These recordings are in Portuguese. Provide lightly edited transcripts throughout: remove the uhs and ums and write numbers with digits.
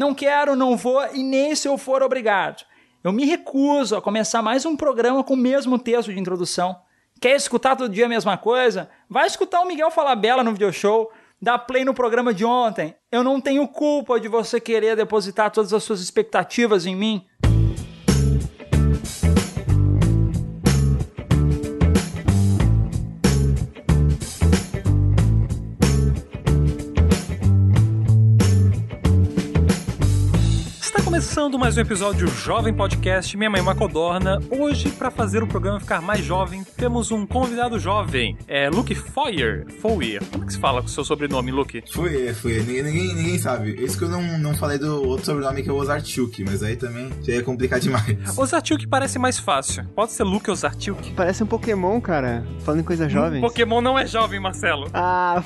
Não quero, não vou e nem se eu for obrigado. Eu me recuso a começar mais um programa com o mesmo texto de introdução. Quer escutar todo dia a mesma coisa? Vai escutar o Miguel Falabella no video show. Dá play no programa de ontem. Eu não tenho culpa de você querer depositar todas as suas expectativas em mim. Começando mais um episódio Jovem Podcast, minha mãe é uma codorna. Hoje, para fazer o programa ficar mais jovem, temos um convidado jovem, Luke Foyer. Como que se fala com o seu sobrenome, Luke? Foyer. Ninguém sabe. Isso que eu não falei do outro sobrenome, que é o Ozarchuk, mas aí também já ia complicar demais. Ozarchuk parece mais fácil. Pode ser Luke Ozarchuk? Parece um Pokémon, cara. Falando em coisa jovem. Pokémon não é jovem, Marcelo. Ah,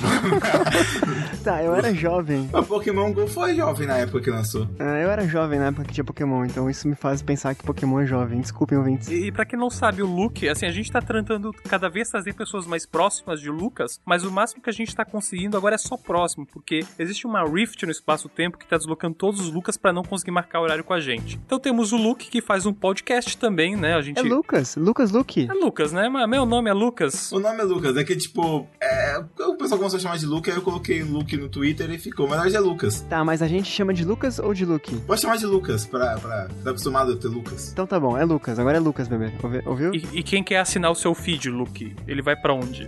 tá, eu era jovem. O Pokémon Go foi jovem na época que lançou. Eu era jovem na época que tinha Pokémon, então isso me faz pensar que Pokémon é jovem. Desculpem, ouvintes. E pra quem não sabe, o Luke, assim, a gente tá tentando cada vez trazer pessoas mais próximas de Lucas, mas o máximo que a gente tá conseguindo agora é só próximo, porque existe uma rift no espaço-tempo que tá deslocando todos os Lucas pra não conseguir marcar horário com a gente. Então temos o Luke, que faz um podcast também, né? A gente... É Lucas Luke. É Lucas, né? Mas meu nome é Lucas. O nome é Lucas, é que tipo, o pessoal começou a chamar de Luke, aí eu coloquei Luke no Twitter e ficou, mas na verdade é Lucas. Tá, mas a gente chama de Lucas ou de Luke? Pode chamar de Lucas, tá acostumado a ter Lucas. Então tá bom, é Lucas, agora é Lucas, bebê. Ouviu? E quem quer assinar o seu feed, Luke? Ele vai pra onde?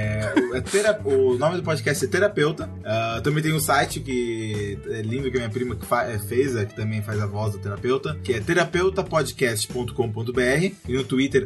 O nome do podcast é Terapeuta. Também tem um site que é lindo, que a minha prima fez, que também faz a voz do Terapeuta, que é terapeutapodcast.com.br, e no Twitter,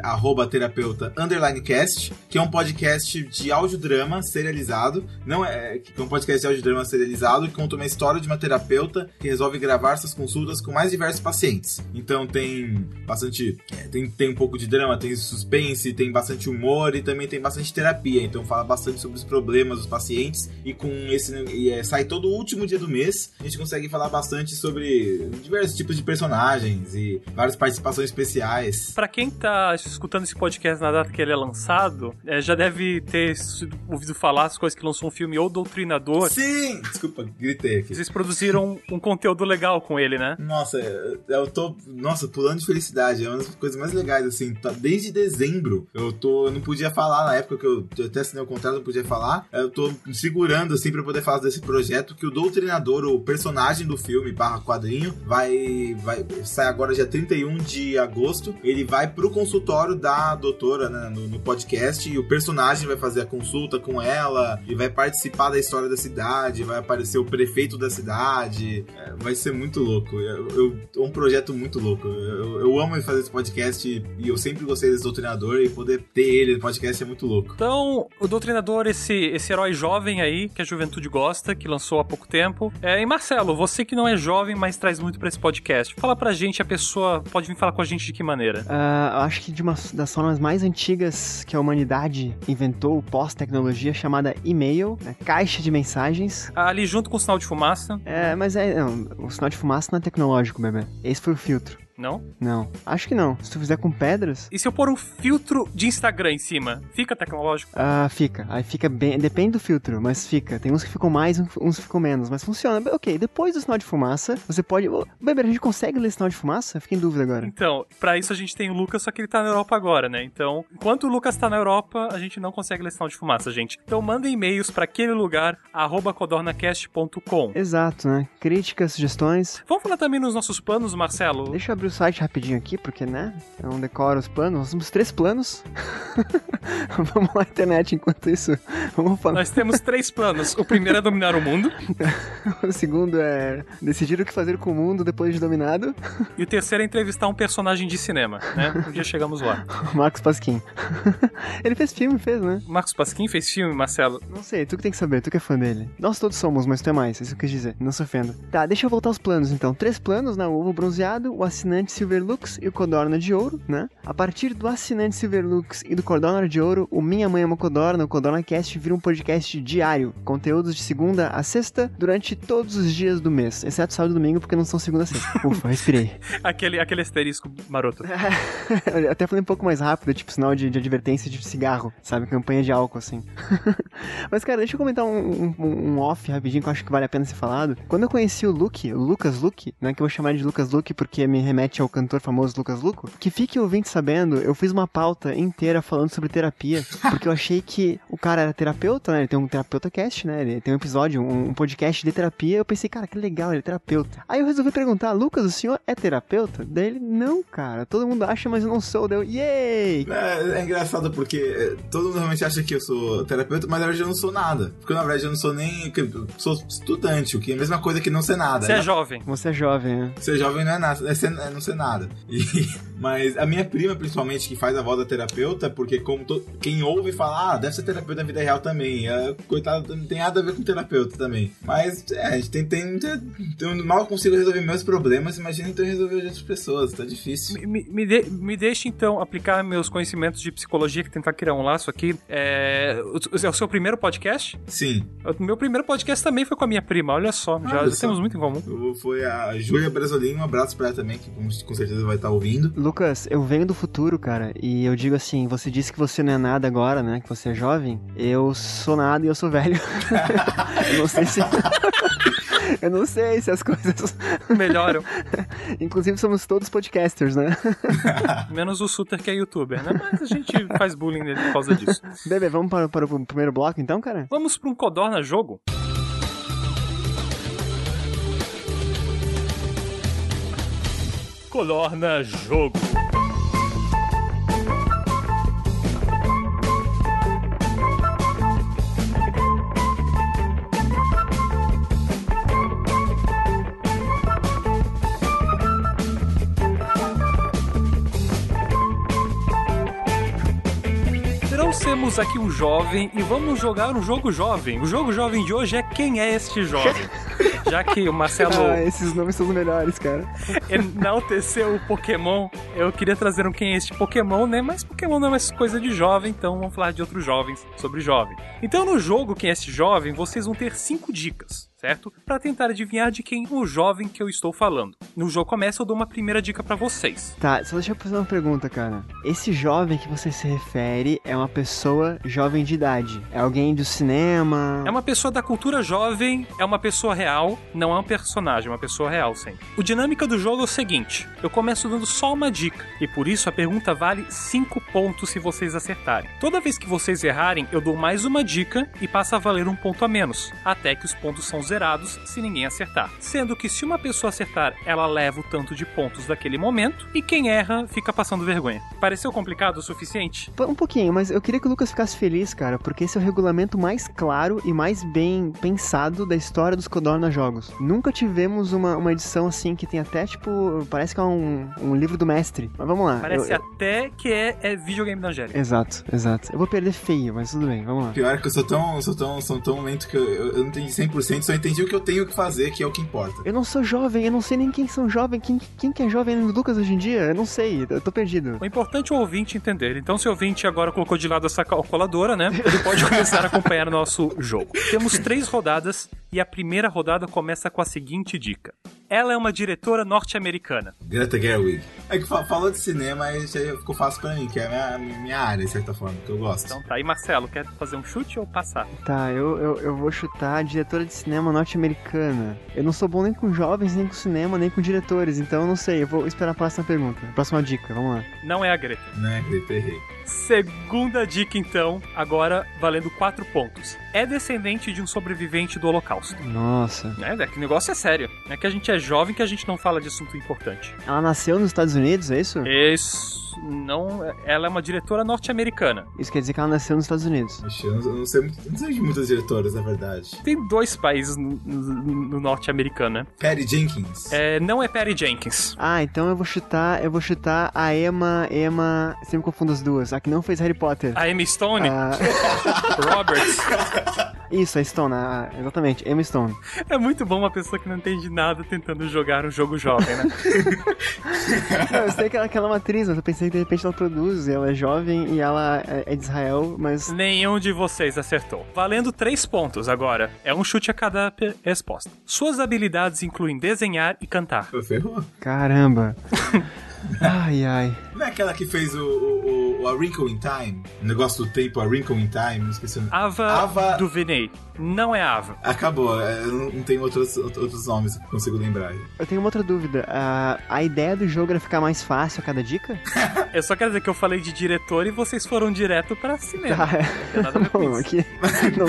@terapeuta_cast, que é um podcast de audiodrama serializado. Que é um podcast de audiodrama serializado que conta uma história de uma terapeuta que resolve gravar suas consultas com mais diversos pacientes. Então tem bastante... Tem um pouco de drama, tem suspense, tem bastante humor e também tem bastante terapia. Então fala bastante sobre os problemas dos pacientes, e com sai todo o último dia do mês. A gente consegue falar bastante sobre diversos tipos de personagens e várias participações especiais. Pra quem tá escutando esse podcast na data que ele é lançado, já deve ter ouvido falar as coisas que lançou um filme O Doutrinador. Sim! Desculpa, gritei aqui. Vocês produziram um conteúdo legal com ele, né? Nossa, eu tô pulando de felicidade. É uma das coisas mais legais, assim. Desde dezembro, eu não podia falar na época que eu até assinei o contrato, não podia falar. Eu tô me segurando, assim, pra poder falar desse projeto, que o Doutrinador, o personagem do filme, /quadrinho, vai sair agora dia 31 de agosto. Ele vai pro consultório da doutora, né, no podcast, e o personagem vai fazer a consulta com ela, e vai participar da história da cidade, vai aparecer o prefeito da cidade. Vai ser muito louco. É um projeto muito louco. Eu amo fazer esse podcast e eu sempre gostei desse Doutrinador, e poder ter ele no podcast é muito louco. Então, o Doutrinador, esse herói jovem aí, que a juventude gosta, que lançou há pouco tempo. E Marcelo, você que não é jovem, mas traz muito pra esse podcast, fala pra gente, a pessoa pode vir falar com a gente de que maneira? Eu acho que de uma das formas mais antigas que a humanidade inventou, pós-tecnologia, chamada e-mail, né? Caixa de mensagens. Ali junto com o sinal de fumaça. O sinal de fumaça não é tecnológico, bebê. Esse foi o filtro. Não? Não. Acho que não. Se tu fizer com pedras... E se eu pôr um filtro de Instagram em cima, fica tecnológico? Fica. Aí fica bem... Depende do filtro, mas fica. Tem uns que ficam mais, uns que ficam menos, mas funciona. Ok, depois do sinal de fumaça, você pode... Bebê, a gente consegue ler sinal de fumaça? Fiquei em dúvida agora. Então, pra isso a gente tem o Lucas, só que ele tá na Europa agora, né? Então, enquanto o Lucas tá na Europa, a gente não consegue ler sinal de fumaça, gente. Então, mandem e-mails pra aquele lugar, @codornacast.com. Exato, né? Críticas, sugestões. Vamos falar também nos nossos planos, Marcelo? Deixa eu abrir o site rapidinho aqui, porque, né? Eu não decoro os planos. Nós temos 3 planos. Vamos lá, internet, enquanto isso. Vamos falar. Nós temos 3 planos. O primeiro é dominar o mundo. O segundo é decidir o que fazer com o mundo depois de dominado. E o terceiro é entrevistar um personagem de cinema, né? Um dia chegamos lá. Marcos Pasquim. Ele fez filme, né? Marcos Pasquim fez filme, Marcelo? Não sei, tu que tem que saber, tu que é fã dele. Nós todos somos, mas tu é mais, isso que eu quis dizer, não se ofenda. Tá, deixa eu voltar aos planos então. 3 planos, né? O ovo bronzeado, o assinante Silverlux e o Codorna de Ouro, né? A partir do assinante Silverlux e do Codorna de de ouro, o Minha Mãe é uma Codorna, o CodornaCast vira um podcast diário. Conteúdos de segunda a sexta, durante todos os dias do mês. Exceto sábado e domingo, porque não são segunda a sexta. Ufa, respirei. Aquele asterisco maroto. Eu até falei um pouco mais rápido, tipo sinal de advertência de cigarro, sabe? Campanha de álcool, assim. Mas, cara, deixa eu comentar um off rapidinho que eu acho que vale a pena ser falado. Quando eu conheci o Lucas Luque, né? Que eu vou chamar de Lucas Luque porque me remete ao cantor famoso Lucas Luco, que fique ouvinte sabendo, eu fiz uma pauta inteira falando sobre terapia, porque eu achei que o cara era terapeuta, né? Ele tem um terapeuta cast, né? Ele tem um episódio, um podcast de terapia. Eu pensei, cara, que legal, ele é terapeuta. Aí eu resolvi perguntar, Lucas, o senhor é terapeuta? Daí ele, não, cara, todo mundo acha, mas eu não sou. Daí eu, yay! É engraçado porque todo mundo realmente acha que eu sou terapeuta, mas na verdade eu não sou nada. Porque na verdade eu não sou nem... Eu sou estudante, o que é a mesma coisa que não ser nada. Você é jovem. Você é jovem, né? Ser jovem não é nada, é não ser nada. Mas a minha prima, principalmente, que faz a voz da terapeuta, porque como quem ouve fala, deve ser terapeuta na vida real também. Coitado, não tem nada a ver com terapeuta também. Mas, a gente eu mal consigo resolver meus problemas, imagina então resolver de outras pessoas, tá difícil. Me deixe, então, aplicar meus conhecimentos de psicologia, que tentar criar um laço aqui. É o seu primeiro podcast? Sim. O meu primeiro podcast também foi com a minha prima, olha só, já temos muito em comum. Foi a Júlia Brasolini, um abraço pra ela também, que com certeza vai estar ouvindo. Lucas, eu venho do futuro, cara, e eu digo assim, você disse que você não é nada agora, né, que você é jovem, eu sou nada e eu sou velho. Eu não sei se... Eu não sei se as coisas melhoram. Inclusive somos todos podcasters, né? Menos o Suter, que é youtuber, né? Mas a gente faz bullying nele por causa disso. Bebê, vamos para o primeiro bloco então, cara? Vamos para um Codorna Jogo? Codorna Jogo. Trouxemos aqui um jovem e vamos jogar um jogo jovem. O jogo jovem de hoje é Quem é Este Jovem? Já que o Marcelo... esses nomes são os melhores, cara. Enalteceu o Pokémon, eu queria trazer um Quem é Este Pokémon, né? Mas Pokémon não é mais coisa de jovem, então vamos falar de outros jovens sobre jovem. Então no jogo Quem é Este Jovem, vocês vão ter 5 dicas, certo? Pra tentar adivinhar de quem o jovem que eu estou falando. No jogo começa, eu dou uma primeira dica pra vocês. Tá, só deixa eu fazer uma pergunta, cara. Esse jovem que você se refere é uma pessoa jovem de idade? É alguém do cinema? É uma pessoa da cultura jovem, é uma pessoa real, não é um personagem, é uma pessoa real sempre. A dinâmica do jogo é o seguinte, eu começo dando só uma dica, e por isso a pergunta vale 5 pontos se vocês acertarem. Toda vez que vocês errarem, eu dou mais uma dica e passa a valer 1 ponto a menos, até que os pontos são zerados se ninguém acertar. Sendo que se uma pessoa acertar, ela leva o tanto de pontos daquele momento, e quem erra fica passando vergonha. Pareceu complicado o suficiente? Um pouquinho, mas eu queria que o Lucas ficasse feliz, cara, porque esse é o regulamento mais claro e mais bem pensado da história dos Codorna Jogos. Nunca tivemos uma edição assim que tem até, tipo, parece que é um livro do mestre. Mas vamos lá. Parece até que é videogame da Angélica. Exato. Eu vou perder feio, mas tudo bem, vamos lá. Pior é que eu sou tão lento que eu não entendi 100%, só entendi o que eu tenho que fazer, que é o que importa. Eu não sou jovem, eu não sei nem quem são jovens. Quem que é jovem no Lucas hoje em dia? Eu não sei, eu tô perdido. O importante é o ouvinte entender. Então, se o ouvinte agora colocou de lado essa calculadora, né? Ele pode começar a acompanhar o nosso jogo. Temos 3 rodadas e a primeira rodada começa com a seguinte dica. Ela é uma diretora norte-americana. Greta Gerwig. É que falou de cinema e isso aí ficou fácil pra mim, que é a minha área, de certa forma, que eu gosto. Então tá, e Marcelo, quer fazer um chute ou passar? Tá, eu vou chutar a diretora de cinema norte-americana. Eu não sou bom nem com jovens, nem com cinema, nem com diretores, então eu não sei, eu vou esperar a próxima pergunta. Próxima dica, vamos lá. Não é a Greta. Não é a Greta, errei. Segunda dica, então, agora valendo 4 pontos. É descendente de um sobrevivente do Holocausto. Nossa. Que negócio é sério. Não é que a gente é jovem que a gente não fala de assunto importante. Ela nasceu nos Estados Unidos, é isso? Isso. Não, ela é uma diretora norte-americana. Isso quer dizer que ela nasceu nos Estados Unidos. Ixi, eu não sei de muitas diretoras, na verdade. Tem 2 países no norte-americano, né? Patty Jenkins. Não é Patty Jenkins. Ah, então eu vou chutar a Emma... Sempre confundo as duas. a que não fez Harry Potter. A Emma Stone? A- Roberts. Isso, a Stone, exatamente, Emma Stone. É muito bom uma pessoa que não entende nada tentando jogar um jogo jovem, né? Não, eu sei que ela é uma atriz, mas eu pensei que de repente ela produz, ela é jovem e ela é de Israel, mas... Nenhum de vocês acertou. Valendo 3 pontos agora. É um chute a cada resposta. Suas habilidades incluem desenhar e cantar. Pô, ferrou. Caramba. Ai, ai. Não é aquela que fez A Wrinkle in Time? O negócio do tempo, A Wrinkle in Time, não esqueci o nome. Ava DuVernay. Não é Ava. Acabou, eu não tenho outros nomes que eu consigo lembrar. Eu tenho uma outra dúvida. A ideia do jogo era ficar mais fácil a cada dica? Eu só quero dizer que eu falei de diretor e vocês foram direto pra cinema. Tá, Não tem nada a ver com bom, isso. aqui não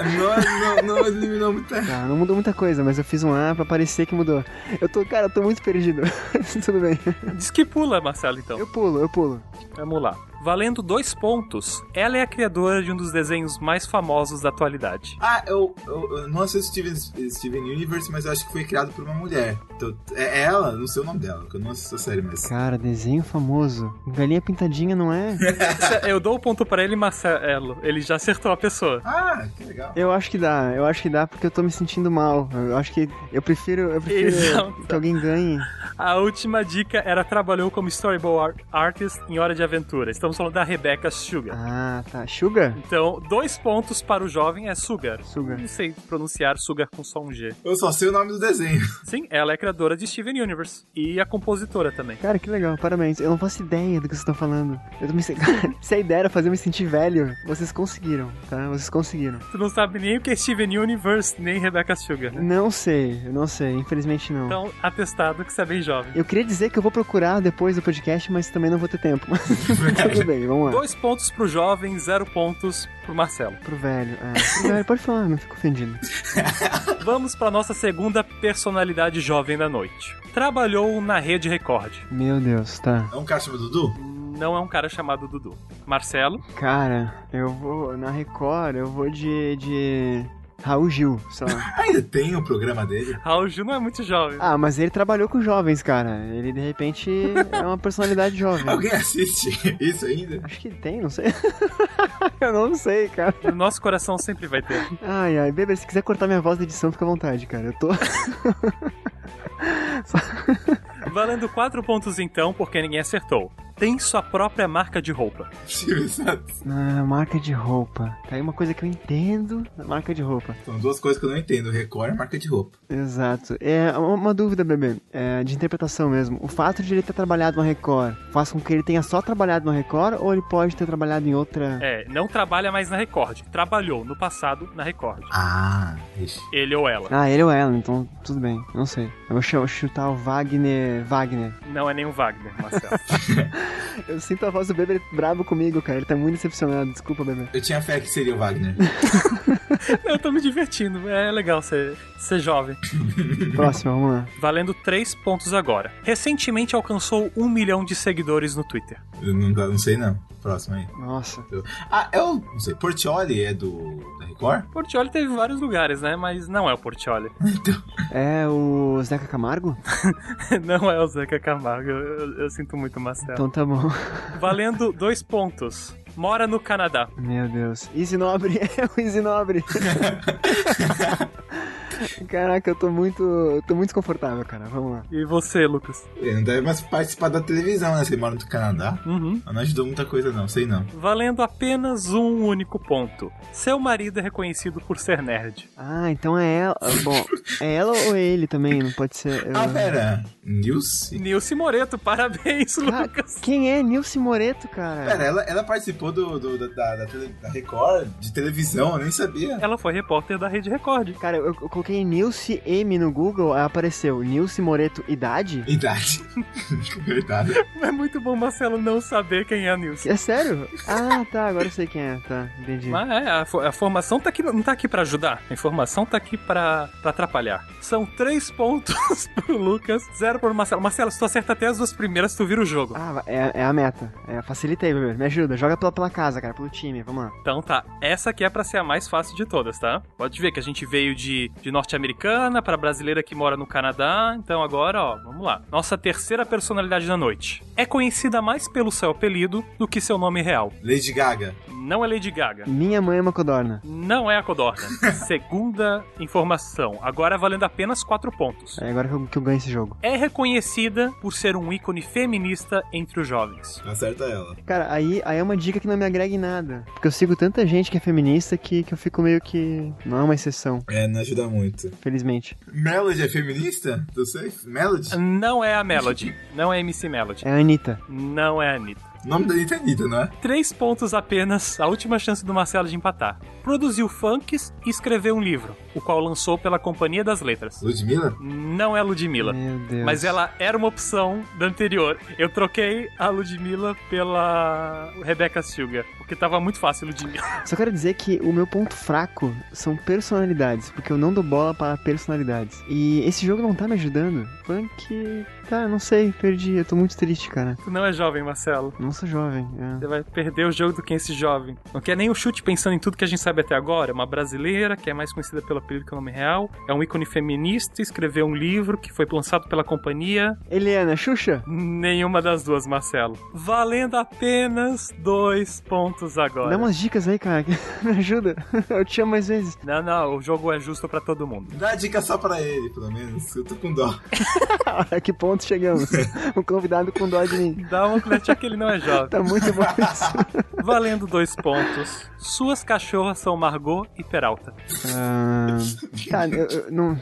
tá. Não eliminou muita. Tá, não mudou muita coisa, mas eu fiz um A pra parecer que mudou. Eu tô muito perdido. Tudo bem. Diz que pula, Marcelo, então. Eu pulo. Vamos lá. Valendo 2 pontos, ela é a criadora de um dos desenhos mais famosos da atualidade. Eu não assisto Steven Universe, mas eu acho que foi criado por uma mulher. Então, é ela, não sei o nome dela, porque eu não assisto a série, mas... Cara, desenho famoso. Galinha pintadinha, não é? Eu dou o ponto pra ele, Marcelo. Ele já acertou a pessoa. Ah, que legal. Eu acho que dá porque eu tô me sentindo mal. Eu acho que eu prefiro Exato. que alguém ganhe. A última dica era trabalhou como storyboard artist em Hora de Aventura. Estamos falando da Rebecca Sugar. Ah, tá. Sugar? Então, 2 pontos para o jovem é Sugar. Sugar. Não sei pronunciar Sugar com só um G. Eu só sei o nome do desenho. Sim, ela é criadora de Steven Universe. E a compositora também. Cara, que legal, parabéns. Eu não faço ideia do que vocês estão falando. Se a ideia era fazer eu me sentir velho, vocês conseguiram, tá? Vocês conseguiram. Tu não sabe nem o que é Steven Universe, nem Rebecca Sugar, né? Não sei, infelizmente não. Então, atestado que você é bem jovem. Eu queria dizer que eu vou procurar depois do podcast, mas também não vou ter tempo. Tudo bem, vamos lá. 2 pontos pro jovem, 0 pontos pro Marcelo. Pro velho, pode falar, não fico ofendido. Vamos pra nossa segunda personalidade jovem da noite. Trabalhou na Rede Record. Meu Deus, tá. É um cara chamado Dudu? Não é um cara chamado Dudu. Marcelo? Cara, eu vou na Record, eu vou de Raul Gil, sei lá. Ainda tem o programa dele? Raul Gil não é muito jovem. Ah, mas ele trabalhou com jovens, cara. Ele, de repente, é uma personalidade jovem. Alguém assiste isso ainda? Acho que tem, não sei. Eu não sei, cara. No nosso coração sempre vai ter. Ai, Bebê, se quiser cortar minha voz da edição, fica à vontade, cara. Eu tô... Valendo 4 pontos então, porque ninguém acertou. Tem sua própria marca de roupa. Silvio Santos. Marca de roupa. Tá aí uma coisa que eu entendo da marca de roupa. São duas coisas que eu não entendo. Record e marca de roupa. Exato. É uma dúvida, Bebê, de interpretação mesmo. O fato de ele ter trabalhado na Record faz com que ele tenha só trabalhado na Record ou ele pode ter trabalhado em outra... Não trabalha mais na Record. Trabalhou no passado na Record. Ah, ixi. Ele ou ela. Ele ou ela, então tudo bem. Não sei. Eu vou chutar o Wagner. Não é nem o Wagner, Marcelo. Eu sinto a voz do Bebê bravo comigo, cara. Ele tá muito decepcionado. Desculpa, Bebê. Eu tinha fé que seria o Wagner. Eu tô me divertindo. É legal ser jovem. Próximo, vamos lá. Valendo 3 pontos agora. Recentemente alcançou 1 milhão de seguidores no Twitter. Eu não sei não. Próximo aí. Nossa. Não sei. Portioli é da Record? Portioli teve vários lugares, né? Mas não é o Portioli. É o Zeca Camargo? Não é o Zeca Camargo. Eu sinto muito, Marcelo. Então tá bom. Valendo 2 pontos. Mora no Canadá. Meu Deus. Easy Nobre. É o Easy Nobre. Caraca, eu tô muito desconfortável, cara. Vamos lá. E você, Lucas? Ele não deve mais participar da televisão, né? Se ele mora no Canadá. Uhum. Não ajudou muita coisa, não. Sei não. Valendo apenas um único ponto. Seu marido é reconhecido por ser nerd. Então é ela. Bom, é ela ou ele também? Não pode ser... Pera. Nilce Moreto, parabéns, Lucas. Quem é Nilce Moreto, cara? Pera, ela participou da Record, de televisão, eu nem sabia. Ela foi repórter da Rede Record. Cara, eu coloquei Nilce M no Google, aí apareceu Nilce Moreto, idade? Idade. Verdade. É muito bom Marcelo não saber quem é a Nilce. É sério? Tá, agora eu sei quem é, tá, entendi. Mas a formação tá aqui, não tá aqui pra ajudar, a informação tá aqui pra atrapalhar. São 3 pontos pro Lucas, 0 pro Marcelo. Marcelo, se tu acerta até as 2 primeiras, tu vira o jogo. É a meta. Facilitei, bebê. Me ajuda, joga pela casa, cara, pelo time, vamos lá. Então tá, essa aqui é pra ser a mais fácil de todas, tá? Pode ver que a gente veio de norte-americana, pra brasileira que mora no Canadá. Então agora, ó, vamos lá. Nossa terceira personalidade da noite. É conhecida mais pelo seu apelido do que seu nome real. Lady Gaga. Não é Lady Gaga. Minha mãe é uma codorna. Não é a Codorna. Segunda informação. Agora valendo apenas 4 pontos. É agora que eu ganho esse jogo. É reconhecida por ser um ícone feminista entre os jovens. Acerta ela. Cara, aí é uma dica que não me agrega em nada. Porque eu sigo tanta gente que é feminista que eu fico meio que... Não é uma exceção, Não ajuda muito. felizmente. Melody é feminista? Tu sei? Melody? Não é a Melody. Não é a MC Melody. É a Anitta. Não é a Anitta. O nome da Anitta é Anitta, não é? 3 pontos apenas, a última chance do Marcelo de empatar. Produziu funks e escreveu um livro, o qual lançou pela Companhia das Letras. Ludmilla? Não é Ludmilla. Meu Deus. Mas ela era uma opção da anterior. Eu troquei a Ludmilla pela Rebecca Sugar, porque tava muito fácil Ludmilla. Só quero dizer que o meu ponto fraco são personalidades, porque eu não dou bola para personalidades. E esse jogo não tá me ajudando. Funk... Tá, não sei, perdi. Eu tô muito triste, cara. Tu não é jovem, Marcelo. Não sou jovem. Você vai perder o jogo do quem esse jovem. Não quer nem o chute pensando em tudo que a gente sabe até agora. É uma brasileira que é mais conhecida pelo apelido que o nome real. É um ícone feminista, escreveu um livro que foi lançado pela companhia. Eliana, Xuxa? Nenhuma das duas, Marcelo. Valendo apenas 2 pontos agora. Dá umas dicas aí, cara. Me ajuda. Eu te chamo mais vezes. Não, o jogo é justo pra todo mundo. Dá a dica só pra ele, pelo menos. Eu tô com dó. A que ponto chegamos? Um convidado com dó de mim. Dá uma colete que ele não é jovem. Tá muito bom isso. Valendo 2 pontos. Suas cachorras são Margot e Peralta. Cara, eu não...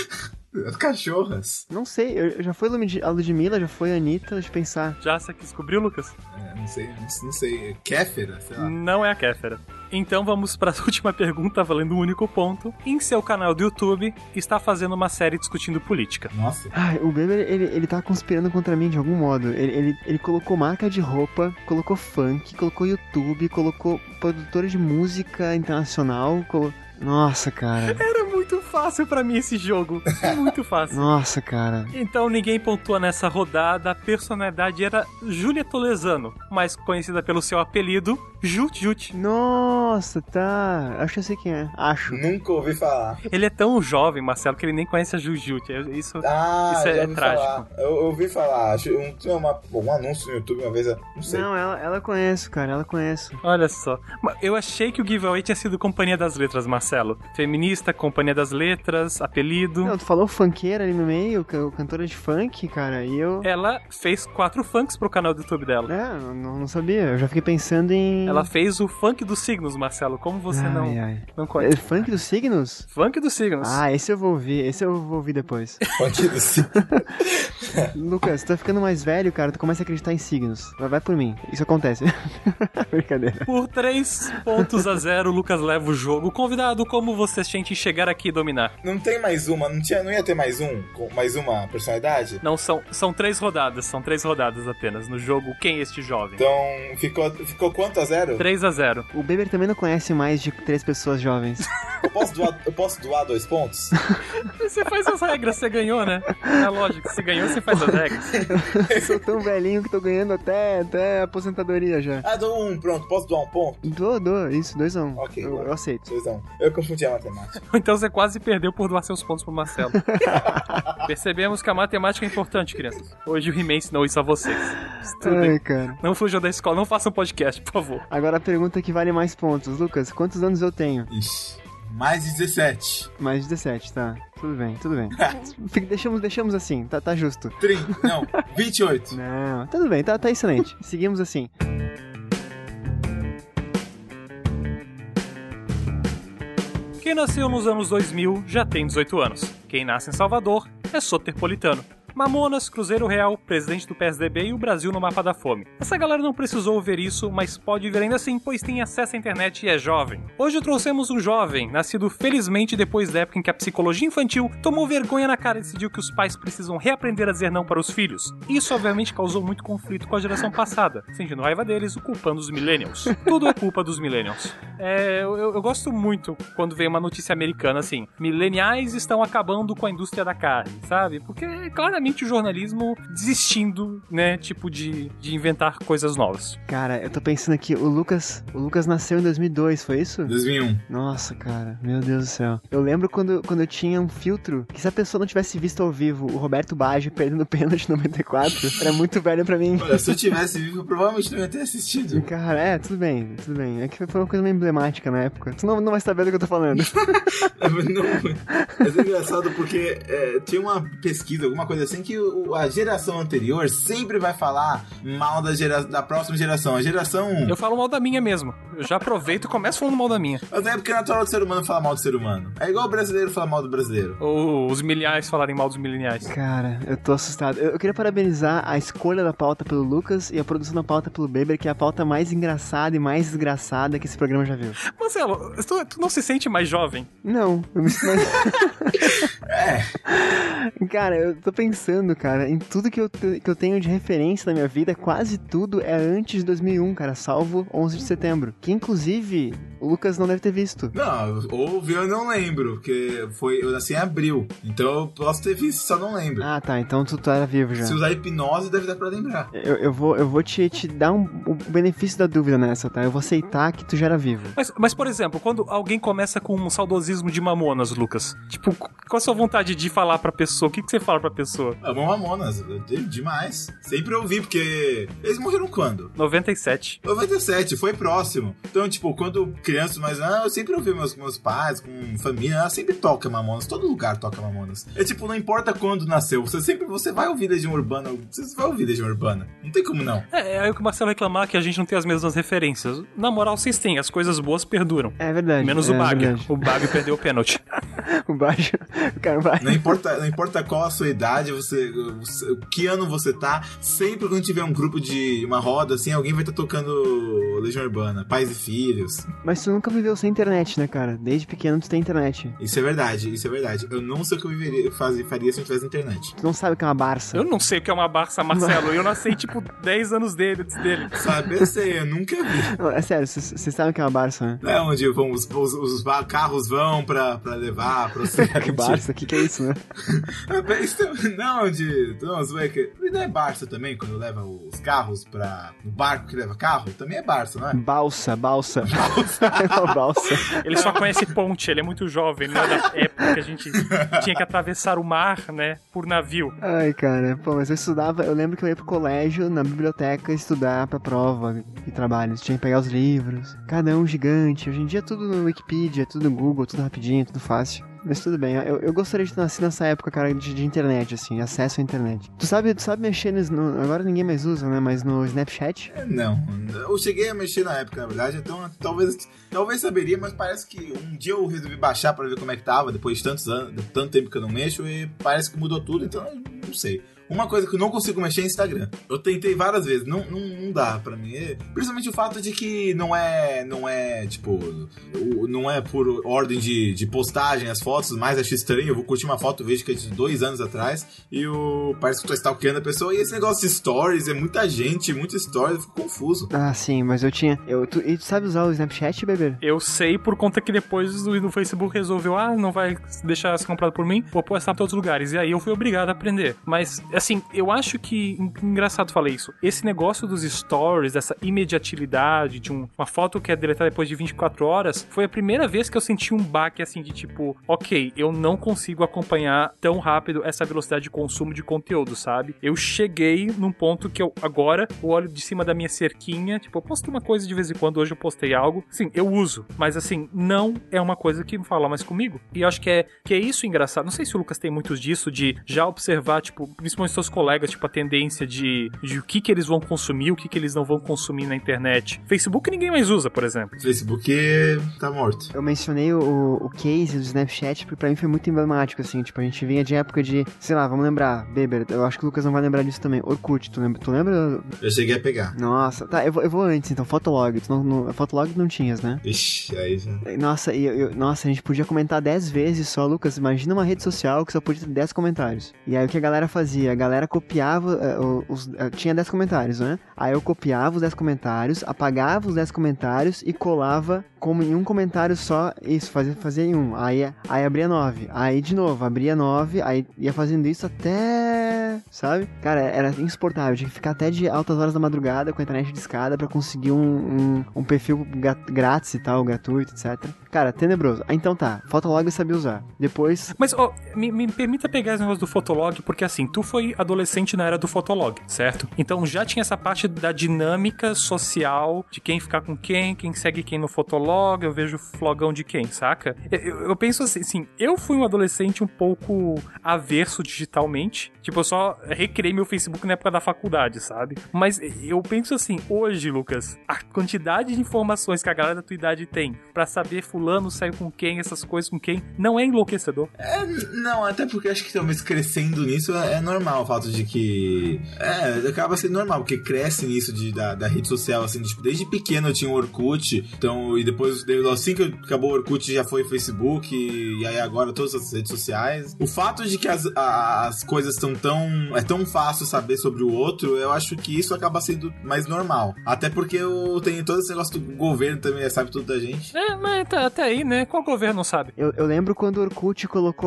As cachorras. Não sei, eu já foi a Ludmilla, já foi a Anitta, deixa eu pensar. Já você que descobriu, Lucas? Não sei. Kéfera, sei lá. Não é a Kéfera. Então vamos para a última pergunta, valendo um único ponto. Em seu canal do YouTube, está fazendo uma série discutindo política. Nossa. Ai, o Beber, ele tá conspirando contra mim de algum modo. Ele colocou marca de roupa, colocou funk, colocou YouTube, colocou produtora de música internacional, Nossa, cara. Era muito fácil pra mim esse jogo. Muito fácil. Nossa, cara. Então ninguém pontua nessa rodada. A personalidade era Júlia Tolesano, mais conhecida pelo seu apelido, Jut Jut. Nossa, tá. Acho que eu sei quem é. Acho. Nunca ouvi falar. Ele é tão jovem, Marcelo, que ele nem conhece a Jujut. Isso já é ouvi trágico. falar. Eu ouvi falar. Tinha um anúncio no YouTube uma vez, não sei. Não, ela conhece, cara. Ela conhece. Olha só. Eu achei que o giveaway tinha sido Companhia das Letras, Marcelo. Feminista, Companhia das Letras, apelido. Não, tu falou funkeira ali no meio, cantora de funk, cara, e eu... Ela fez 4 funks pro canal do YouTube dela. É, não sabia. Eu já fiquei pensando em... Ela fez o funk dos signos, Marcelo. Como você não É conhece? funk dos signos? Funk dos signos. Ah, esse eu vou ouvir depois. Funk dos signos. Lucas, tu tá ficando mais velho, cara, tu começa a acreditar em signos. Vai por mim. Isso acontece. Brincadeira. Por 3-0, o Lucas leva o jogo. Convidado, como você sente chegar aqui e dominar? Não tem mais uma? Não ia ter mais mais uma personalidade? Não, são 3 rodadas. São 3 rodadas apenas no jogo Quem é Este Jovem? Então, ficou quanto a 0? 3-0. O Beber também não conhece mais de 3 pessoas jovens. Eu posso doar 2 pontos? Você faz as regras, você ganhou, né? É lógico, se ganhou, você faz as regras. Eu sou tão velhinho que tô ganhando até aposentadoria já. Dou 1, pronto. Posso doar 1 ponto? Dou, isso, 2-1. Ok, eu aceito. 2-1. Eu confundi a matemática. Então você quase perdeu por doar seus pontos pro Marcelo. Percebemos que a matemática é importante, crianças. Hoje o He-Man ensinou isso a vocês. Estudem. Ai, cara. Não fujam da escola, não façam podcast, por favor. Agora a pergunta que vale mais pontos. Lucas, quantos anos eu tenho? Ixi, mais de 17. Mais de 17, tá. Tudo bem. Deixamos assim, tá justo. 28. Não, tudo bem, tá excelente. Seguimos assim. Quem nasceu nos anos 2000 já tem 18 anos. Quem nasce em Salvador é soterpolitano. Mamonas, Cruzeiro Real, presidente do PSDB e o Brasil no mapa da fome. Essa galera não precisou ver isso, mas pode ver ainda assim, pois tem acesso à internet e é jovem. Hoje trouxemos um jovem, nascido felizmente depois da época em que a psicologia infantil tomou vergonha na cara e decidiu que os pais precisam reaprender a dizer não para os filhos. Isso obviamente causou muito conflito com a geração passada, sentindo raiva deles e culpando os millennials. Tudo é culpa dos millennials. Eu gosto muito quando vem uma notícia americana assim, millennials estão acabando com a indústria da carne, sabe? Porque claramente claramente o jornalismo desistindo, né, tipo, de inventar coisas novas. Cara, eu tô pensando aqui, o Lucas nasceu em 2002, foi isso? 2001. Nossa, cara, meu Deus do céu. Eu lembro quando eu tinha um filtro, que se a pessoa não tivesse visto ao vivo o Roberto Baggio perdendo o pênalti em 94, era muito velho pra mim. Olha, se eu tivesse vivo, eu provavelmente não ia ter assistido. Cara, tudo bem. É que foi uma coisa meio emblemática na época. Tu não vai saber do que eu tô falando. Mas é engraçado porque tinha uma pesquisa, alguma coisa assim, que a geração anterior sempre vai falar mal da próxima geração. A geração... Eu falo mal da minha mesmo. Eu já aproveito e começo falando mal da minha. Mas é porque é natural do ser humano falar mal do ser humano. É igual o brasileiro falar mal do brasileiro. Ou os mileniais falarem mal dos mileniais. Cara, eu tô assustado. Eu queria parabenizar a escolha da pauta pelo Lucas e a produção da pauta pelo Beber, que é a pauta mais engraçada e mais desgraçada que esse programa já viu. Marcelo, tu não se sente mais jovem? Não, eu me sinto mais... Cara, eu tô pensando, cara, em tudo que eu tenho de referência na minha vida, quase tudo é antes de 2001, cara, salvo 11 de setembro. Que, inclusive, o Lucas não deve ter visto. Não, ouviu, eu não lembro, porque eu nasci em abril, então eu posso ter visto, só não lembro. Ah, tá, então tu era vivo já. Se usar hipnose, deve dar pra lembrar. Eu vou te dar o benefício da dúvida nessa, tá? Eu vou aceitar que tu já era vivo. Mas, por exemplo, quando alguém começa com um saudosismo de Mamonas, Lucas, tipo, qual a sua vontade de falar pra pessoa? O que você fala pra pessoa? Amo Mamonas, demais. Sempre ouvi, porque eles morreram quando? 97. 97, foi próximo. Então, tipo, quando criança, mas eu sempre ouvi meus pais, com família, sempre toca Mamonas, todo lugar toca Mamonas. É tipo, não importa quando nasceu, você vai ouvir Legião Urbana, você vai ouvir Legião Urbana. Não tem como não. É aí o que o Marcelo reclamar que a gente não tem as mesmas referências. Na moral, vocês têm, as coisas boas perduram. É verdade. Menos o Baggio. O Baggio perdeu o pênalti. O Baggio, o cara vai... Não importa qual a sua idade, que ano você tá, sempre quando tiver um grupo de uma roda, assim, alguém vai estar tocando Legião Urbana, Pais e Filhos. Mas tu nunca viveu sem internet, né, cara? Desde pequeno tu tem internet. Isso é verdade. Eu não sei o que eu faria se eu tivesse internet. Tu não sabe o que é uma Barça. Eu não sei o que é uma Barça, Marcelo. Eu nasci, tipo, 10 anos antes dele. Sabe, eu sei, eu nunca vi. Não, é sério, vocês sabem o que é uma Barça, né? É onde os carros vão pra levar pro Que Barça? O que é isso, né? Não, não é Barça também, quando leva os carros no barco que leva carro? Também é Barça, não é? Balsa. Balsa. Ele só conhece ponte, ele é muito jovem, não é da época que a gente tinha que atravessar o mar, né, por navio. Ai, cara, pô, mas eu lembro que eu ia pro colégio, na biblioteca, estudar pra prova e trabalhos. Tinha que pegar os livros, cada um gigante. Hoje em dia é tudo no Wikipedia, tudo no Google, tudo rapidinho, tudo fácil. Mas tudo bem, eu gostaria de ter nascido nessa época, cara, de internet, assim, acesso à internet. Tu sabe mexer agora ninguém mais usa, né, mas no Snapchat? Não, eu cheguei a mexer na época, na verdade, então talvez saberia, mas parece que um dia eu resolvi baixar pra ver como é que tava, depois de tanto tempo que eu não mexo, e parece que mudou tudo, então eu não sei. Uma coisa que eu não consigo mexer é Instagram. Eu tentei várias vezes, não dá pra mim. Principalmente o fato de que não é por ordem de postagem as fotos, mas acho estranho. Eu vou curtir uma foto, vejo que é de 2 anos atrás e parece que eu tô stalkeando a pessoa. E esse negócio de stories, é muita gente, muita stories, eu fico confuso. Ah, sim, mas eu tinha... E tu sabe usar o Snapchat, bebê? Eu sei por conta que depois no Facebook resolveu, não vai deixar ser comprado por mim, vou postar pra outros lugares. E aí eu fui obrigado a aprender. Mas... assim, eu acho que... engraçado falar isso. Esse negócio dos stories, dessa imediatilidade de uma foto que é deletada depois de 24 horas, foi a primeira vez que eu senti um baque, assim, de tipo... ok, eu não consigo acompanhar tão rápido essa velocidade de consumo de conteúdo, sabe? Eu cheguei num ponto que eu olho de cima da minha cerquinha, tipo, eu posto uma coisa de vez em quando, hoje eu postei algo. Sim, eu uso, mas assim, não é uma coisa que fala mais comigo. E eu acho que é isso engraçado. Não sei se o Lucas tem muitos disso, de já observar, tipo, principalmente seus colegas, tipo, a tendência de o que eles vão consumir, o que eles não vão consumir na internet. Facebook ninguém mais usa, por exemplo. Facebook tá morto. Eu mencionei o case do Snapchat, porque pra mim foi muito emblemático, assim, tipo, a gente vinha de época de, sei lá, vamos lembrar, Beber, eu acho que o Lucas não vai lembrar disso também, Orkut, tu lembra? Eu cheguei a pegar. Nossa, tá, eu vou antes, então, Fotolog, Fotolog não tinhas, né? Ixi, aí já... Nossa, a gente podia comentar 10 vezes só, Lucas, imagina uma rede social que só podia ter 10 comentários. E aí o que a galera fazia? A galera copiava, tinha 10 comentários, né? Aí eu copiava os 10 comentários, apagava os 10 comentários e colava como em um comentário só, isso, fazia em um. Aí abria 9. Aí de novo, abria 9, aí ia fazendo isso até sabe? Cara, era insuportável. Tinha que ficar até de altas horas da madrugada com a internet de escada pra conseguir um perfil grátis e tal, gratuito, etc. Cara, tenebroso. Então tá, Fotolog eu sabia usar. Depois... Mas, ó, me permita pegar esse negócio do Fotolog, porque assim, tu foi adolescente na era do Fotolog, certo? Então já tinha essa parte da dinâmica social, de quem ficar com quem segue quem no Fotolog, eu vejo flogão de quem, saca? Eu penso assim, eu fui um adolescente um pouco averso digitalmente, tipo, eu só recriei meu Facebook na época da faculdade, sabe? Mas eu penso assim, hoje, Lucas, a quantidade de informações que a galera da tua idade tem pra saber fulano saiu com quem, essas coisas com quem, não é enlouquecedor? Não, até porque acho que talvez crescendo nisso é normal o fato de que... acaba sendo normal, porque cresce nisso da rede social, assim, tipo, desde pequeno eu tinha o Orkut, então, e depois, assim que acabou o Orkut, já foi Facebook, e aí agora todas as redes sociais. O fato de que as coisas estão é tão fácil saber sobre o outro, eu acho que isso acaba sendo mais normal. Até porque eu tenho todo esse negócio do governo também, sabe tudo da gente. Mas tá até aí, né? Qual governo não sabe? Eu lembro quando o Orkut colocou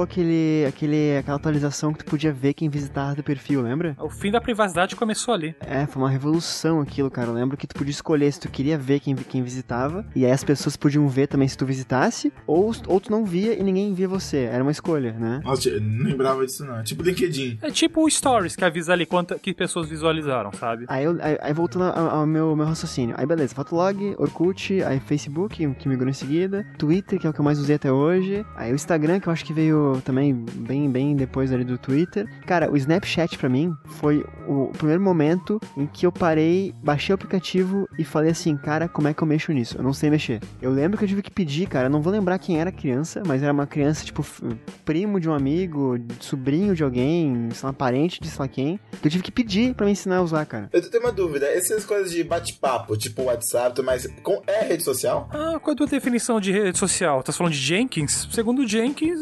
aquela atualização que tu podia ver quem visitava do perfil, lembra? O fim da privacidade começou ali. Foi uma revolução aquilo, cara. Eu lembro que tu podia escolher se tu queria ver quem visitava, e aí as pessoas podiam ver também se tu visitasse, ou tu não via e ninguém via você. Era uma escolha, né? Nossa, eu não lembrava disso não. Tipo LinkedIn. É tipo o Stories, que avisa ali que pessoas visualizaram, sabe? Aí voltando ao meu raciocínio. Aí beleza, Fotolog, Orkut, aí Facebook, que migrou em seguida, Twitter, que é o que eu mais usei até hoje, aí o Instagram, que eu acho que veio também bem depois ali do Twitter. Cara, o Snapchat pra mim foi o primeiro momento em que eu parei, baixei o aplicativo e falei assim, cara, como é que eu mexo nisso? Eu não sei mexer. Eu lembro que eu tive que pedir, cara, eu não vou lembrar quem era a criança, mas era uma criança, tipo, primo de um amigo, sobrinho de alguém, sei lá, parente de sei lá quem, que eu tive que pedir pra me ensinar a usar, cara. Eu tenho uma dúvida, essas coisas de bate-papo, tipo WhatsApp, mas é rede social? Qual é a tua definição de rede social? Tá falando de Jenkins? Segundo o Jenkins...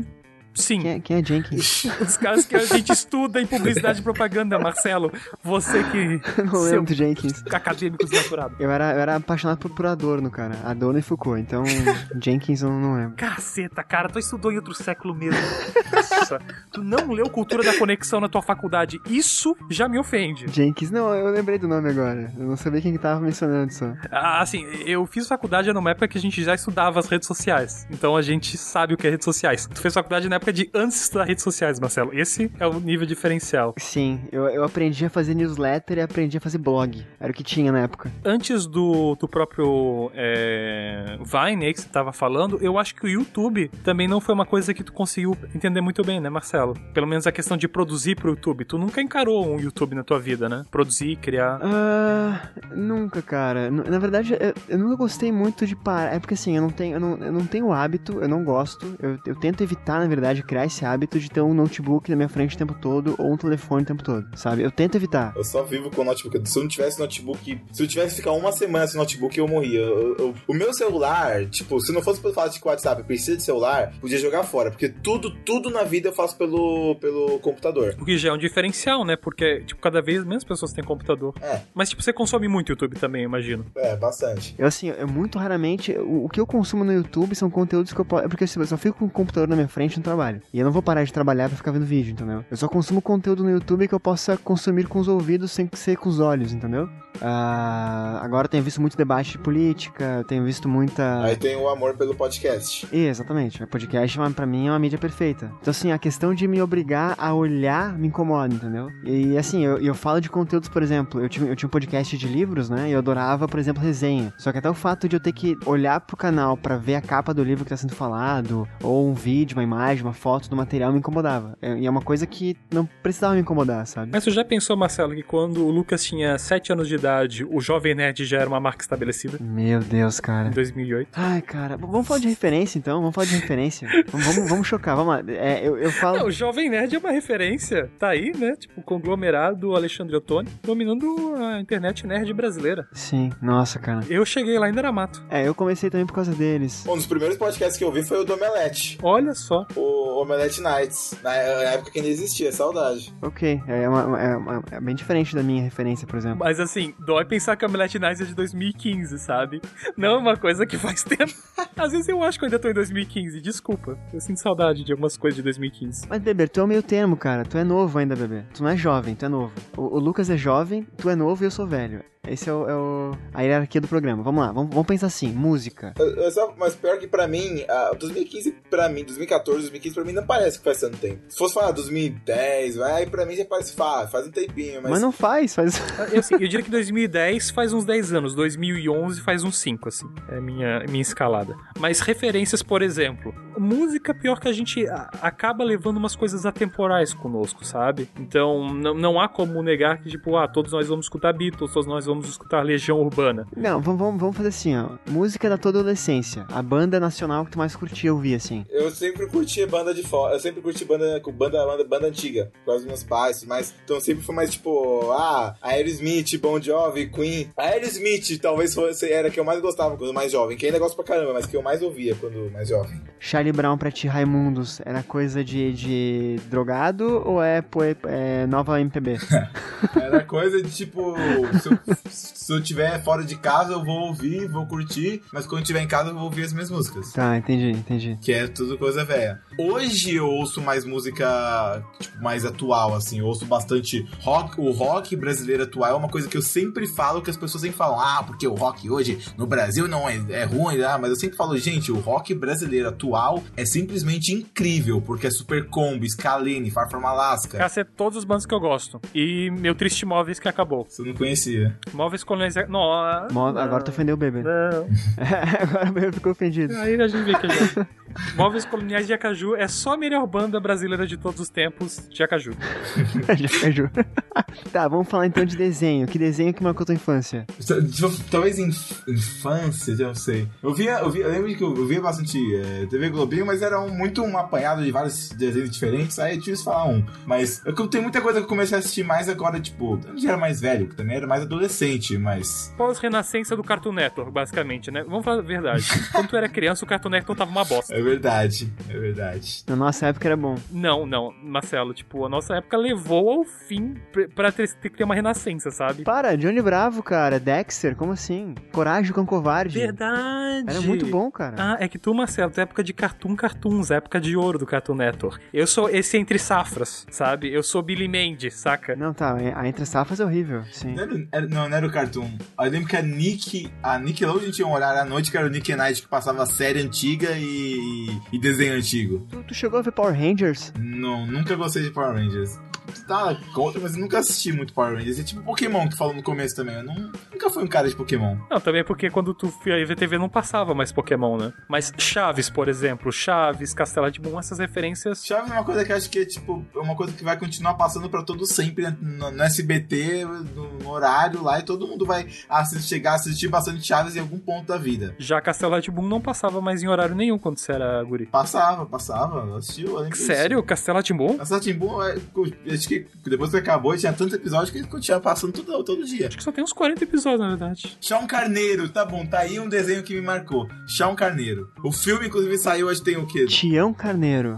Sim. Quem é Jenkins? Os caras que a gente estuda em publicidade e propaganda, Marcelo. Você que... Eu não lembro do Jenkins. Acadêmico desnaturado. Eu era apaixonado por Adorno, cara. Adorno e Foucault. Então, Jenkins eu não lembro. Caceta, cara. Tu estudou em outro século mesmo. Nossa. Tu não leu Cultura da Conexão na tua faculdade. Isso já me ofende. Jenkins, não, eu lembrei do nome agora. Eu não sabia quem que tava mencionando só. Assim, eu fiz faculdade numa época que a gente já estudava as redes sociais. Então a gente sabe o que é redes sociais. Tu fez faculdade na época de antes de estudar redes sociais, Marcelo. Esse é o nível diferencial. Sim, eu aprendi a fazer newsletter e aprendi a fazer blog. Era o que tinha na época. Antes do próprio Vine aí que você tava falando, eu acho que o YouTube também não foi uma coisa que tu conseguiu entender muito bem, né, Marcelo? Pelo menos a questão de produzir pro YouTube. Tu nunca encarou um YouTube na tua vida, né? Produzir, criar. Nunca, cara. Na verdade, eu nunca gostei muito de parar. É porque assim, eu não tenho hábito, eu não gosto. Eu tento evitar, na verdade, criar esse hábito de ter um notebook na minha frente o tempo todo ou um telefone o tempo todo, sabe? Eu tento evitar. Eu só vivo com o notebook. Se eu não tivesse notebook, se eu tivesse que ficar uma semana sem notebook, eu morria. O meu celular, tipo, se não fosse pelo fato de que o WhatsApp precisa de celular, podia jogar fora, porque tudo na vida eu faço pelo computador. O que já é um diferencial, né? Porque, tipo, cada vez menos pessoas têm computador. Mas, tipo, você consome muito YouTube também, eu imagino. Bastante. Eu muito raramente, o que eu consumo no YouTube são conteúdos que eu posso... Porque assim, eu só fico com o computador na minha frente no trabalho. E eu não vou parar de trabalhar pra ficar vendo vídeo, entendeu? Eu só consumo conteúdo no YouTube que eu possa consumir com os ouvidos sem ser com os olhos, entendeu? Agora eu tenho visto muito debate de política, eu tenho visto muita... Aí tem o amor pelo podcast. Exatamente. O podcast, pra mim, é uma mídia perfeita. Então, assim, a questão de me obrigar a olhar me incomoda, entendeu? E, assim, eu falo de conteúdos, por exemplo, eu tinha um podcast de livros, né? E eu adorava, por exemplo, resenha. Só que até o fato de eu ter que olhar pro canal pra ver a capa do livro que tá sendo falado, ou um vídeo, uma imagem, uma foto do material me incomodava. E é uma coisa que não precisava me incomodar, sabe? Mas você já pensou, Marcelo, que quando o Lucas tinha 7 anos de idade, o Jovem Nerd já era uma marca estabelecida? Meu Deus, cara. Em 2008. Ai, cara. Vamos falar de referência, então? Vamos falar de referência. vamos chocar, vamos lá. Eu falo... Não, o Jovem Nerd é uma referência. Tá aí, né? Tipo, o conglomerado Alexandre Ottoni dominando a internet nerd brasileira. Sim, nossa, cara. Eu cheguei lá, ainda era mato. Eu comecei também por causa deles. Um dos primeiros podcasts que eu vi foi o do Omelete. Olha só. O Omelete Nights. Na época que ainda existia, saudade. Ok, é bem diferente da minha referência, por exemplo. Mas assim, Dói pensar que a Omelette Nice é de 2015, sabe? Não é uma coisa que faz tempo. Às vezes eu acho que eu ainda tô em 2015, desculpa. Eu sinto saudade de algumas coisas de 2015. Mas, Bebê, tu é o meio termo, cara. Tu é novo ainda, Bebê. Tu não é jovem, tu é novo. O Lucas é jovem, tu é novo e eu sou velho. Esse é a hierarquia do programa. Vamos lá, vamos pensar assim, música. Mas pior que pra mim, 2015 pra mim, 2014, 2015 pra mim não parece que faz tanto tempo. Se fosse falar 2010, aí pra mim já parece faz um tempinho. Mas não faz. Eu diria que 2010 faz uns 10 anos, 2011 faz uns 5, assim. É minha escalada. Mas referências, por exemplo, música, pior que a gente acaba levando umas coisas atemporais conosco, sabe? Então, não há como negar que, tipo, todos nós vamos escutar Beatles, todos nós vamos escutar Legião Urbana. Não, vamos fazer assim, ó. Música da tua adolescência. A banda nacional que tu mais curtia ouvir, assim. Eu sempre curti banda de fora. Eu sempre curti banda antiga. Por causa dos meus pais, mas então sempre foi mais tipo, Aerosmith, Bon Jovi, Queen. A Aerosmith talvez era a que eu mais gostava quando mais jovem. Que ainda gosto pra caramba, mas que eu mais ouvia quando mais jovem. Charlie Brown pra ti, Raimundos, era coisa de drogado ou é nova MPB? Era coisa de tipo, se eu tiver fora de casa eu vou ouvir, vou curtir, mas quando eu estiver em casa eu vou ouvir as minhas músicas. Tá, entendi. Que é tudo coisa velha. Hoje eu ouço mais música, tipo, mais atual, assim. Eu ouço bastante rock. O rock brasileiro atual é uma coisa que eu sempre falo, que as pessoas sempre falam, porque o rock hoje no Brasil não é ruim, mas eu sempre falo, gente, o rock brasileiro atual é simplesmente incrível, porque é Super Combo, Scalene, Far From Alaska. Essa é todas as bandas que eu gosto. E meu triste Móveis que acabou. Você não conhecia. Móveis Coloniais... Agora tu ofendeu o Bebê. Não. Agora o Bebê ficou ofendido. Aí a gente vê que já... Móveis Coloniais de Acaju é só a melhor banda brasileira de todos os tempos de Acaju. De Acaju. Tá, vamos falar então de desenho. Que desenho que marcou tua infância? Talvez infância, já não sei. Eu lembro que eu via bastante TV Globinho, mas era muito um apanhado de vários desenhos diferentes, aí eu tive que falar um. Mas eu tenho muita coisa que eu comecei a assistir mais agora, tipo, eu não já era mais velho, que também era mais adolescente, mas... Pós-renascença do Cartoon Network, basicamente, né? Vamos falar a verdade. Quando tu era criança, o Cartoon Network tava uma bosta. É verdade. Na nossa época era bom. Não, Marcelo, tipo, a nossa época levou ao fim pra ter que ter uma renascença, sabe? Para, Johnny Bravo, cara, Dexter, como assim? Coragem com Covarde. Verdade! Era muito bom, cara. É que tu, Marcelo, tu é época de Cartoons, época de ouro do Cartoon Network. Eu sou esse entre safras, sabe? Eu sou Billy Mandy, saca? Não, tá, a entre safras é horrível, sim. Não era o Cartoon. Eu lembro que a Nickelodeon tinha um horário à noite que era o Nick Night, que passava série antiga e desenho antigo. Tu chegou a ver Power Rangers? Não, nunca gostei de Power Rangers. Tá, conta, mas eu nunca assisti muito Power Rangers. É tipo Pokémon, que falou no começo também. Eu nunca fui um cara de Pokémon. Não, também porque quando tu ia ver TV não passava mais Pokémon, né? Mas Chaves, por exemplo. Chaves, Castelo de Boom, essas referências... Chaves é uma coisa que eu acho que é, tipo, uma coisa que vai continuar passando pra todo sempre, né? No SBT, no horário lá, e todo mundo vai chegar a assistir bastante Chaves em algum ponto da vida. Já Castelo de Boom não passava mais em horário nenhum quando você era guri. Passava. Assistiu. Sério? Castelo de Boom? Castelo de Boom, acho que depois que acabou, tinha tantos episódios que ele continuava passando todo dia. Acho que só tem uns 40 episódios, na verdade. Chão Carneiro, tá bom, tá aí um desenho que me marcou. Chão Carneiro. O filme, inclusive, saiu, acho que tem o quê? Chão Carneiro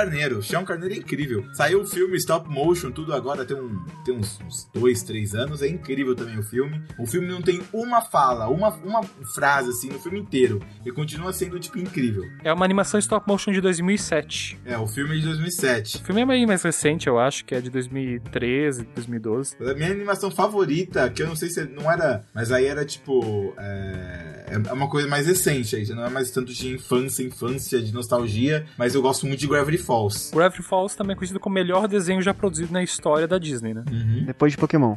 é incrível. Saiu o filme stop motion, tudo agora, tem uns 2, 3 anos, é incrível também o filme. O filme não tem uma fala, uma frase, assim, no filme inteiro. E continua sendo, tipo, incrível. É uma animação stop motion de 2007. É, o filme é de 2007. O filme é meio mais recente, eu acho, que é de 2013, 2012. A minha animação favorita, que eu não sei se não era, mas aí era tipo, é uma coisa mais recente aí, já não é mais tanto de infância, de nostalgia, mas eu gosto muito de Gravity Falls. Gravity Falls também é conhecido como o melhor desenho já produzido na história da Disney, né? Uhum. Depois de Pokémon.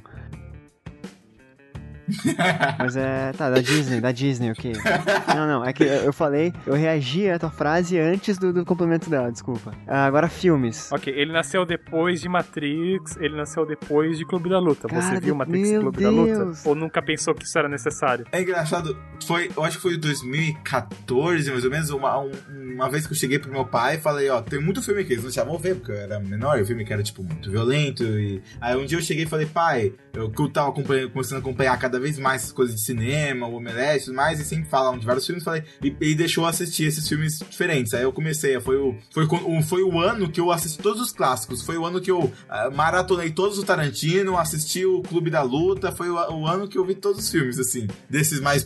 Mas da Disney, ok. Não, é que eu reagi à tua frase antes do complemento dela, desculpa. Agora, filmes. Ok, ele nasceu depois de Matrix, ele nasceu depois de Clube da Luta. Cara, você viu Matrix e Clube da Luta? Ou nunca pensou que isso era necessário? É engraçado, eu acho que foi em 2014, mais ou menos, uma vez que eu cheguei pro meu pai e falei, tem muito filme que eles não deixavam ver, porque eu era menor, e o filme que era, tipo, muito violento, e aí um dia eu cheguei e falei, pai, eu tava começando a acompanhar cada vez mais essas coisas de cinema, o Omelete e tudo mais, e sempre falavam de vários filmes, e deixou eu assistir esses filmes diferentes. Aí eu comecei, foi o ano que eu assisti todos os clássicos, foi o ano que eu maratonei todos os Tarantino, assisti o Clube da Luta, foi o ano que eu vi todos os filmes, assim, desses mais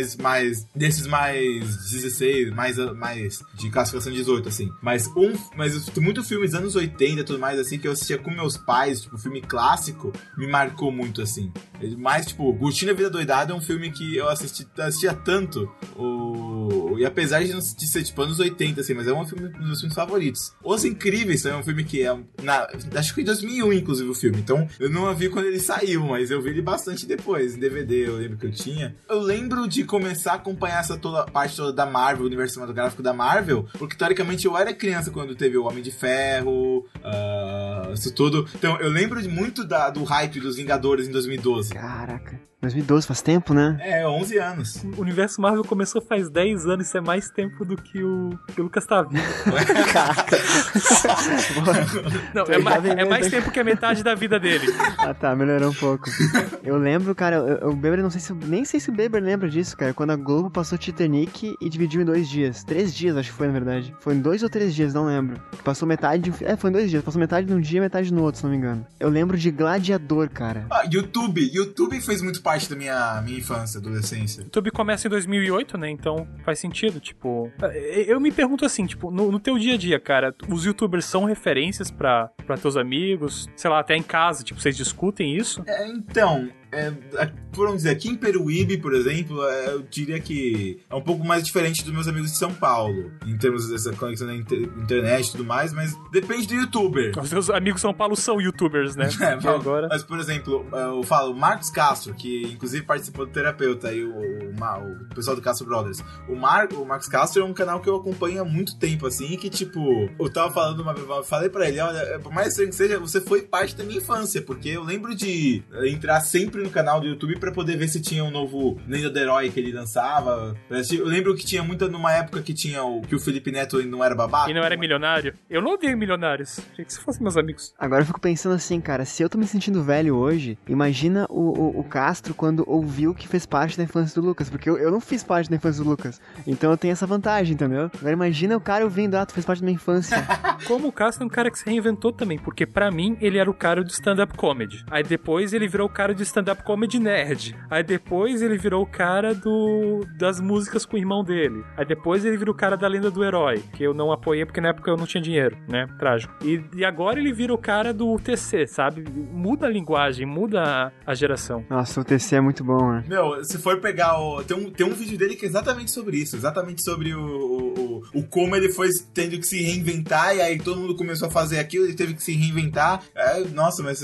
16, mais de classificação 18, assim. Mas tem muitos filmes dos anos 80 e tudo mais, assim, que eu assistia com meus pais, tipo, filme clássico, me marcou muito, assim. Mas, tipo, Curtindo a Vida Doidada é um filme que eu assistia tanto, e apesar de não ser, tipo, anos 80, assim, mas é um dos meus filmes favoritos. Os Incríveis é um filme que acho que em 2001, inclusive, o filme. Então, eu não vi quando ele saiu, mas eu vi ele bastante depois, em DVD, eu lembro que eu tinha. Eu lembro de começar a acompanhar parte toda da Marvel, o universo cinematográfico da Marvel, porque, teoricamente, eu era criança quando teve o Homem de Ferro, isso tudo. Então, eu lembro muito do hype dos Vingadores em 2012. Caraca. 2012 faz tempo, né? 11 anos. O universo Marvel começou faz 10 anos, isso é mais tempo do que o Lucas tá vivo. Caraca. Não, é mais tempo que a metade da vida dele. Ah, tá, melhorou um pouco. Eu lembro, cara, o Beber, nem sei se o Beber lembra disso, cara, quando a Globo passou Titanic e dividiu em 2 dias. 3 dias, acho que foi, na verdade. Foi em 2 ou 3 dias, não lembro. Passou metade, foi em 2 dias, passou metade num dia e metade no outro, se não me engano. Eu lembro de Gladiador, cara. YouTube fez muito parte da minha infância, adolescência. O YouTube começa em 2008, né? Então faz sentido, tipo... Eu me pergunto assim, tipo, no teu dia a dia, cara, os YouTubers são referências pra teus amigos? Sei lá, até em casa, tipo, vocês discutem isso? Então... vamos dizer, aqui em Peruíbe, por exemplo, eu diria que é um pouco mais diferente dos meus amigos de São Paulo, em termos dessa conexão na internet e tudo mais, mas depende do youtuber. Os seus amigos de São Paulo são youtubers, né? Agora... Mas, por exemplo, eu falo o Marcos Castro, que inclusive participou do Terapeuta, e o pessoal do Castro Brothers. O Marcos Castro é um canal que eu acompanho há muito tempo, assim, que, tipo, eu tava falando falei pra ele, olha, por mais que seja, você foi parte da minha infância, porque eu lembro de entrar sempre no canal do YouTube pra poder ver se tinha um novo Lenda do Herói que ele dançava. Eu lembro que tinha muita numa época que tinha que o Felipe Neto não era babaca. E não era milionário? Eu não odeio milionários. Achei que se fossem meus amigos. Agora eu fico pensando assim, cara, se eu tô me sentindo velho hoje, imagina o Castro quando ouviu que fez parte da infância do Lucas, porque eu não fiz parte da infância do Lucas. Então eu tenho essa vantagem, entendeu? Agora imagina o cara ouvindo, tu fez parte da minha infância. Como o Castro é um cara que se reinventou também, porque pra mim ele era o cara do stand-up comedy. Aí depois ele virou o cara do stand-up comedy nerd. Aí depois ele virou o cara das músicas com o irmão dele. Aí depois ele virou o cara da Lenda do Herói, que eu não apoiei porque na época eu não tinha dinheiro, né? Trágico. E agora ele vira o cara do TC, sabe? Muda a linguagem, muda a geração. Nossa, o TC é muito bom, né? Meu, se for pegar tem um vídeo dele que é exatamente sobre isso, exatamente sobre o como ele foi tendo que se reinventar, e aí todo mundo começou a fazer aquilo, ele teve que se reinventar. Nossa, mas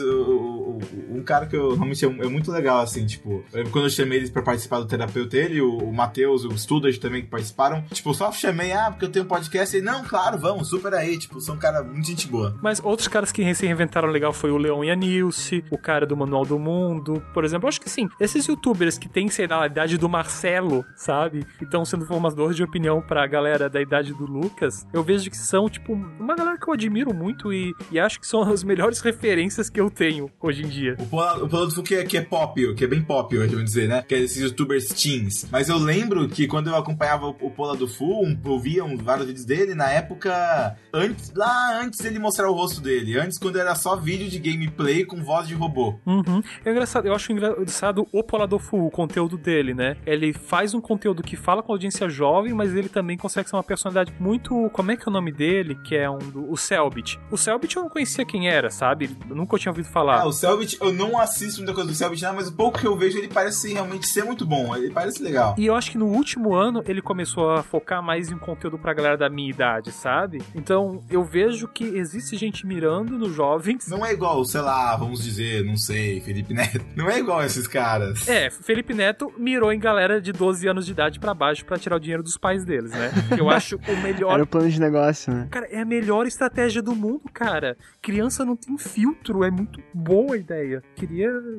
um cara que eu realmente é muito legal, assim, tipo, eu lembro quando eu chamei eles pra participar do Terapeuta, ele, o Matheus, o Student também que participaram, tipo, eu só chamei, porque eu tenho um podcast, e não, claro, vamos, super aí, tipo, são um cara muito gente boa. Mas outros caras que se reinventaram legal foi o Leon e a Nilce, o cara do Manual do Mundo, por exemplo. Eu acho que sim, esses youtubers que têm, sei lá, a idade do Marcelo, sabe, e estão sendo formadores de opinião pra galera da idade do Lucas, eu vejo que são, tipo, uma galera que eu admiro muito e acho que são as melhores referências que eu tenho hoje em dia. O Pola do Fu que é pop, que é bem pop, hoje, vamos dizer, né? Que é esses youtubers teens. Mas eu lembro que quando eu acompanhava o Pola do Fu, eu via vários vídeos dele, na época, antes dele mostrar o rosto dele, antes quando era só vídeo de gameplay com voz de robô. Uhum. É engraçado, eu acho engraçado o Pola do Fu, o conteúdo dele, né? Ele faz um conteúdo que fala com a audiência jovem, mas ele também consegue ser uma personalidade muito... Como é que é o nome dele? Que é o Selbit. O Selbit eu não conhecia quem era, sabe? Eu nunca tinha ouvido falar. O Selbit, eu não assisto muita coisa do Selbit, mas o pouco que eu vejo, ele parece realmente ser muito bom. Ele parece legal. E eu acho que no último ano, ele começou a focar mais em um conteúdo pra galera da minha idade, sabe? Então, eu vejo que existe gente mirando nos jovens. Não é igual, sei lá, vamos dizer, não sei, Felipe Neto. Não é igual esses caras. Felipe Neto mirou em galera de 12 anos de idade pra baixo pra tirar o dinheiro dos pais deles, né? Eu acho o melhor... Era o plano de negócio, né? Cara, é a melhor estratégia do mundo, cara. Criança não tem filtro, é muito boa a ideia. Queria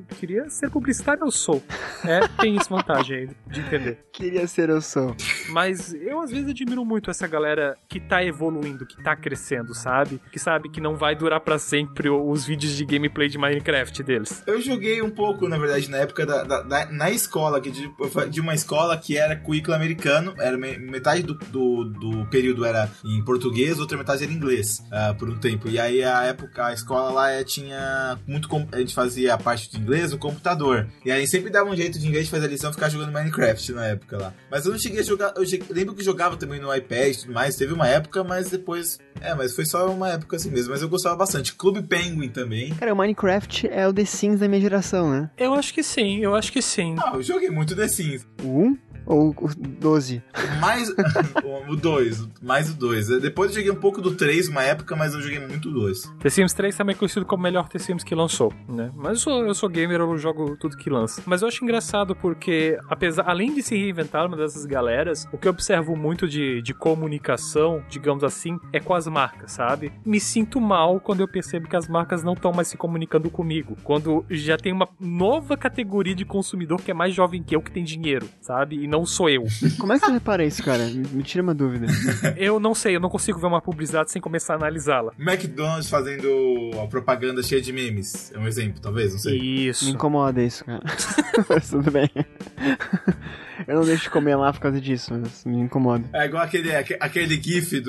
ser publicitário eu sou. Tem essa vantagem aí de entender. Queria ser eu sou. Mas eu às vezes admiro muito essa galera que tá evoluindo, que tá crescendo, sabe? Que sabe que não vai durar pra sempre os vídeos de gameplay de Minecraft deles. Eu joguei um pouco, na verdade, na época na escola, de uma escola que era currículo americano, era metade do período era em português, outra metade era em inglês, por um tempo. E aí a escola lá tinha muito, a gente fazia a parte de inglês no computador. E aí sempre dava um jeito de, em vez de fazer a lição, ficar jogando Minecraft na época lá. Mas eu não cheguei a jogar, lembro que jogava também no iPad e tudo mais, teve uma época, mas depois, mas foi só uma época assim mesmo, mas eu gostava bastante. Clube Penguin também. Cara, o Minecraft é o The Sims da minha geração, né? Eu acho que sim. Eu joguei muito The Sims. O 1 ou o 12? Mais o 2, mais o 2. Depois eu joguei um pouco do 3 uma época, mas eu joguei muito o 2. The Sims 3 também é conhecido como o melhor The Sims que lançou, né? Mas eu sou gamer, eu jogo tudo que lança. Mas eu acho engraçado porque, além de se reinventar uma dessas galeras, o que eu observo muito de comunicação, digamos assim, é com as marcas, sabe? Me sinto mal quando eu percebo que as marcas não estão mais se comunicando comigo. Quando já tem uma nova categoria de consumidor que é mais jovem que eu, que tem dinheiro, sabe? E não sou eu. Como é que você repara isso, cara? Me tira uma dúvida. Eu não sei, eu não consigo ver uma publicidade sem começar a analisá-la. McDonald's fazendo a propaganda cheia de memes. É um exemplo, talvez, não sei. Isso. Me incomoda isso, cara. Mas tudo bem. Eu não deixo de comer lá por causa disso, mas me incomoda. É igual aquele gif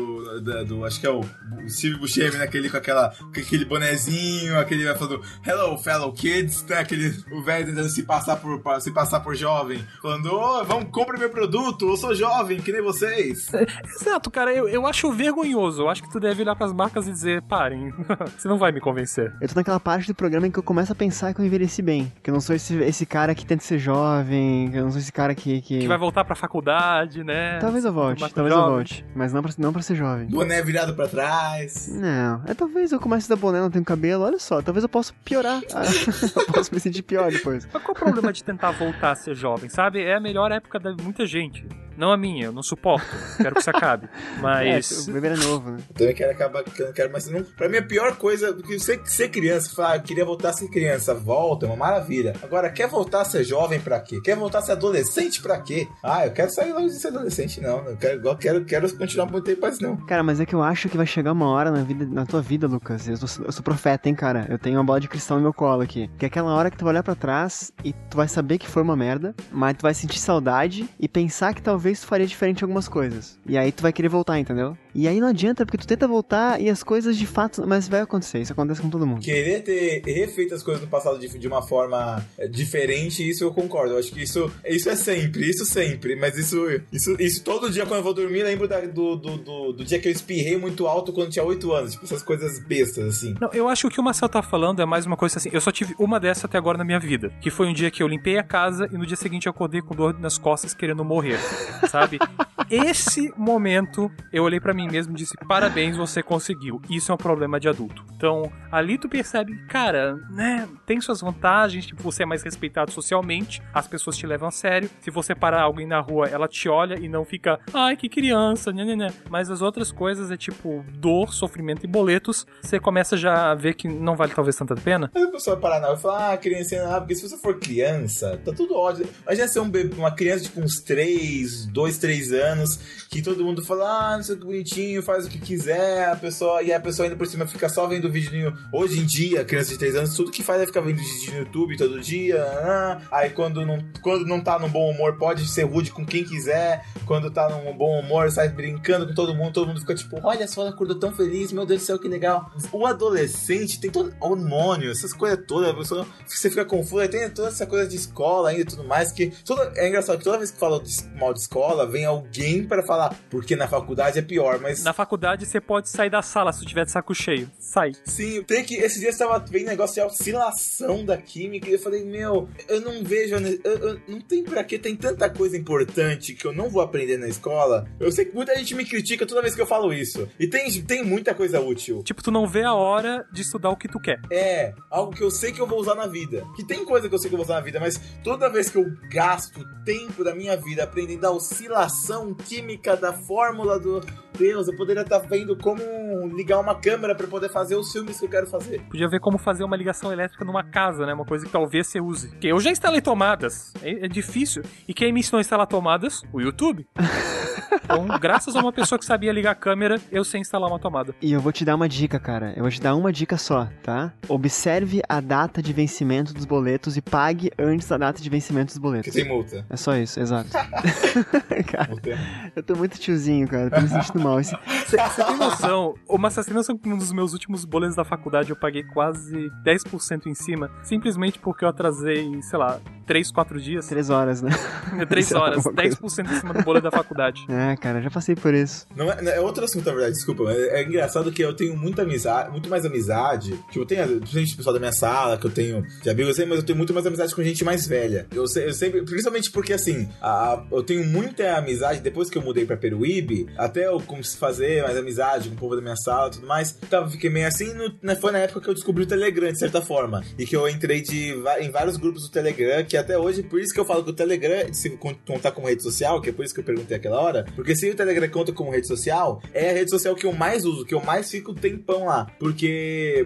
do acho que é o Steve Buscemi, né? Com aquele bonezinho, aquele vai falando Hello, fellow kids, né? O velho tentando se passar por jovem, falando, compra meu produto, eu sou jovem, que nem vocês. Exato, cara, eu acho vergonhoso. Eu acho que tu deve olhar pras marcas e dizer, parem, você não vai me convencer. Eu tô naquela parte do programa em que eu começo a pensar que eu envelheci bem, que eu não sou esse cara que tenta ser jovem, que eu não sou esse cara que vai voltar pra faculdade, né? Talvez eu volte, mas não pra ser jovem. Boné virado pra trás. Não, talvez eu comece a dar boné, não tenho cabelo, olha só, talvez eu possa piorar. Eu posso me sentir pior depois. Mas qual o problema de tentar voltar a ser jovem, sabe? É a melhor época de muita gente. Não a minha, eu não suporto. Quero que isso acabe. Mas. O bebê é novo, né? Eu também quero acabar, não quero mais. Não, pra mim, a pior coisa, porque ser criança, falar, eu queria voltar a ser criança, volta, é uma maravilha. Agora, quer voltar a ser jovem pra quê? Quer voltar a ser adolescente pra quê? Eu quero sair logo de ser adolescente, não. Eu quero continuar por muito tempo, mas não. Cara, mas é que eu acho que vai chegar uma hora na tua vida, Lucas. Eu sou profeta, hein, cara? Eu tenho uma bola de cristal no meu colo aqui. Que é aquela hora que tu vai olhar pra trás e tu vai saber que foi uma merda, mas tu vai sentir saudade e pensar que talvez tu faria diferente em algumas coisas. E aí tu vai querer voltar, entendeu? E aí não adianta, porque tu tenta voltar e as coisas de fato... Mas vai acontecer, isso acontece com todo mundo. Querer ter refeito as coisas no passado de uma forma diferente, isso eu concordo. Eu acho que isso é sempre. Mas isso todo dia quando eu vou dormir, lembro do dia que eu espirrei muito alto quando tinha 8 anos. Tipo, essas coisas bestas, assim. Não, eu acho que o que o Marcel tá falando é mais uma coisa assim. Eu só tive uma dessa até agora na minha vida. Que foi um dia que eu limpei a casa e no dia seguinte eu acordei com dor nas costas querendo morrer. Sabe? Esse momento, eu olhei pra mim mesmo e disse, parabéns, você conseguiu. Isso é um problema de adulto. Então, ali tu percebe, cara, né, tem suas vantagens, tipo, você é mais respeitado socialmente, as pessoas te levam a sério. Se você parar alguém na rua, ela te olha e não fica, ai, que criança, né. Mas as outras coisas é tipo, dor, sofrimento e boletos, você começa já a ver que não vale talvez tanta pena. Mas a pessoa vai parar na rua e falar, criancinha, porque se você for criança, tá tudo ótimo. Imagina ser uma criança, tipo, uns 2, 3 anos, que todo mundo fala, não sei o que bonitinho, faz o que quiser, a pessoa ainda por cima fica só vendo vídeo hoje em dia, criança de 3 anos, tudo que faz é ficar vendo vídeo no YouTube todo dia, aí quando não tá num bom humor, pode ser rude com quem quiser, quando tá num bom humor, sai brincando com todo mundo fica tipo, olha só, ela acordou tão feliz, meu Deus do céu, que legal. O adolescente tem todo hormônio, essas coisas todas, você fica confuso, aí tem toda essa coisa de escola ainda e tudo mais, é engraçado que toda vez que fala mal de escola, vem alguém pra falar, porque na faculdade é pior, mas... Na faculdade você pode sair da sala se tu tiver de saco cheio. Sai. Sim, esses dias eu tava vendo negócio de oscilação da química e eu falei, eu não vejo... não tem pra quê, tem tanta coisa importante que eu não vou aprender na escola. Eu sei que muita gente me critica toda vez que eu falo isso. E tem muita coisa útil. Tipo, tu não vê a hora de estudar o que tu quer. É, algo que eu sei que eu vou usar na vida. Que tem coisa que eu sei que eu vou usar na vida, mas toda vez que eu gasto tempo da minha vida aprendendo oscilação química da fórmula do... Deus, eu poderia estar vendo como ligar uma câmera pra poder fazer os filmes que eu quero fazer. Podia ver como fazer uma ligação elétrica numa casa, né? Uma coisa que talvez você use. Porque eu já instalei tomadas. É difícil. E quem me ensinou a instalar tomadas? O YouTube. Então, graças a uma pessoa que sabia ligar a câmera, eu sei instalar uma tomada. E eu vou te dar uma dica, cara. Eu vou te dar uma dica só, tá? Observe a data de vencimento dos boletos e pague antes da data de vencimento dos boletos. Que tem multa. É só isso, exato. Cara, eu tô muito tiozinho, cara. Tô me sentindo mal. Você tem noção? Você tem noção que um dos meus últimos boletos da faculdade eu paguei quase 10% em cima, simplesmente porque eu atrasei, sei lá, 3, 4 dias. 3 horas, né? 3 horas, 10% em cima do boleto da faculdade. É, cara, já passei por isso. Não é outro assunto, na verdade, desculpa. É engraçado que eu tenho muita amizade, muito mais amizade. Tipo, eu tenho gente, pessoal da minha sala, que eu tenho de amigos, mas eu tenho muito mais amizade com gente mais velha. Eu sempre, principalmente porque, assim, eu tenho muita amizade, depois que eu mudei pra Peruíbe, até eu comecei a fazer mais amizade com o povo da minha sala e tudo mais, fiquei meio assim, foi na época que eu descobri o Telegram, de certa forma. E que eu entrei em vários grupos do Telegram, que até hoje, por isso que eu falo que o Telegram, se contar como rede social, que é por isso que eu perguntei aquela hora, porque se o Telegram conta como rede social, é a rede social que eu mais uso, que eu mais fico tempão lá. Porque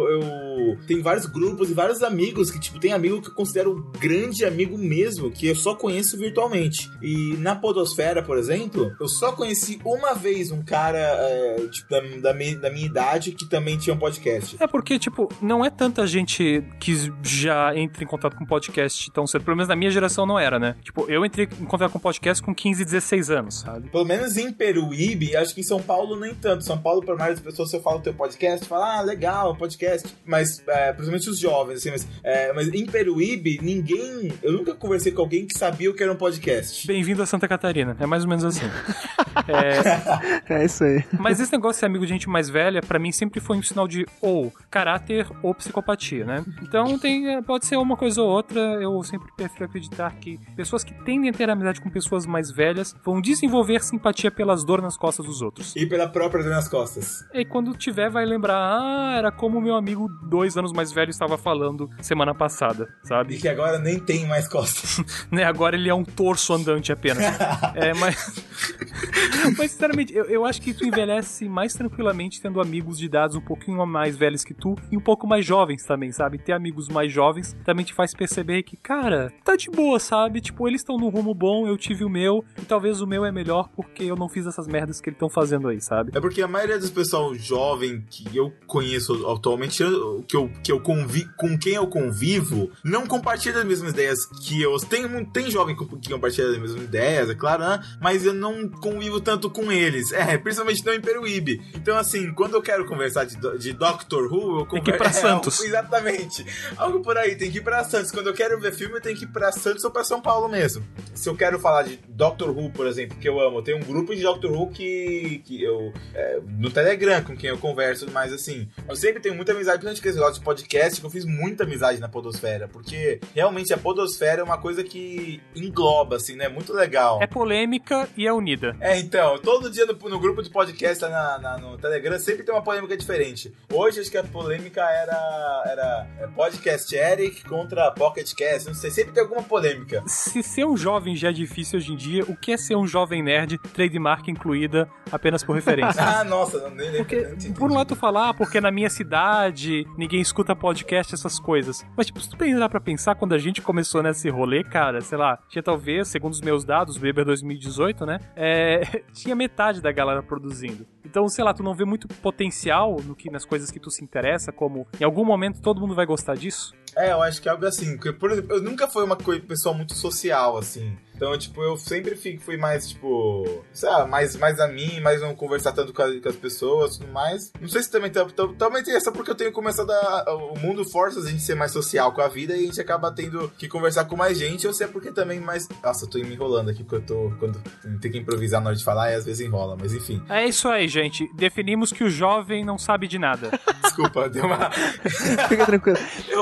eu tenho vários grupos e vários amigos que, tipo, tem amigo que eu considero grande amigo mesmo, que eu só conheço virtualmente. E na Podosfera, por exemplo, eu só conheci uma vez um cara tipo, da minha idade que também tinha um podcast. É porque, tipo, não é tanta gente que já entra em contato com podcast tão cedo. Pelo menos na minha geração não era, né? Tipo, eu entrei em contato com podcast com 15, 16 anos, sabe? Pelo menos em Peruíbe, acho que em São Paulo nem tanto. São Paulo, por mais das pessoas, se eu falo teu podcast, fala, legal, podcast. Mas, principalmente os jovens, assim, mas em Peruíbe, eu nunca conversei com alguém que sabia o que era um podcast. Bem-vindo a Santa Catarina. É mais ou menos assim. É isso aí. Mas esse negócio de ser amigo de gente mais velha, pra mim sempre foi um sinal de ou caráter ou psicopatia, né? Então pode ser uma coisa ou outra. Eu sempre prefiro acreditar que pessoas que tendem a ter amizade com pessoas mais velhas vão desenvolver simpatia pelas dores nas costas dos outros. E pela própria dor nas costas. E quando tiver, vai lembrar, era como o meu amigo 2 anos mais velho estava falando semana passada, sabe? E que agora nem tem mais costas. Né? Agora ele é um torso andante apenas. Mas sinceramente, eu acho que tu envelhece mais tranquilamente tendo amigos de idades um pouquinho mais velhos que tu e um pouco mais jovens também, sabe? Ter amigos mais jovens também te faz perceber que, cara, tá de boa, sabe? Tipo, eles estão num rumo bom, eu tive o meu, e talvez o meu é melhor porque eu não fiz essas merdas que eles estão fazendo aí, sabe? É porque a maioria dos pessoal jovem que eu conheço atualmente, com quem eu convivo, não compartilha as mesmas ideias que eu. Tem jovem que compartilha as mesmas ideias, é claro, né? Mas eu não convivo tanto com eles. Principalmente não em Peruíbe. Então, assim, quando eu quero conversar de Doctor Who, eu converso... Tem que ir pra Santos. Exatamente. Algo por aí, tem que ir pra Santos. Quando eu quero ver filme, eu tenho que ir pra Santos ou pra São Paulo mesmo. Se eu quero falar de Doctor Who, por exemplo, que eu amo, eu tenho um grupo de Doctor Who que eu... no Telegram, com quem eu converso, mas assim, eu sempre tenho muita amizade, principalmente com esse negócio de podcast, que eu fiz muita amizade na Podosfera, porque realmente a Podosfera é uma coisa que engloba, assim, né? Muito legal. É polêmica e é unida. Então, todo dia no grupo de podcast lá no Telegram sempre tem uma polêmica diferente. Hoje acho que a polêmica era Podcast Eric contra Pocket Cast, não sei, sempre tem alguma polêmica. Se ser um jovem já é difícil hoje em dia, o que é ser um jovem nerd, trademark incluída apenas por referência? Nossa, nem por um lado tu fala, porque na minha cidade ninguém escuta podcast, essas coisas. Mas tipo, se tu pensar pra pensar, quando a gente começou nesse rolê, cara, sei lá, tinha talvez, segundo os meus dados, Weber 2018, né, tinha metade da galera produzindo. Então, sei lá, tu não vê muito potencial nas coisas que tu se interessa, como em algum momento todo mundo vai gostar disso? Eu acho que é algo assim, porque, por exemplo, eu nunca fui uma pessoa muito social, assim. Então, tipo, eu sempre fui mais, tipo, sei lá, mais a mim, mais não conversar tanto com as pessoas e tudo mais. Não sei se também tem essa porque eu tenho começado o mundo força a gente ser mais social com a vida e a gente acaba tendo que conversar com mais gente, ou se é porque também mais... Nossa, eu tô me enrolando aqui porque quando tem que improvisar na hora de falar e às vezes enrola, mas enfim. É isso aí, gente. Definimos que o jovem não sabe de nada. Desculpa, deu uma... Fica tranquilo. Eu fui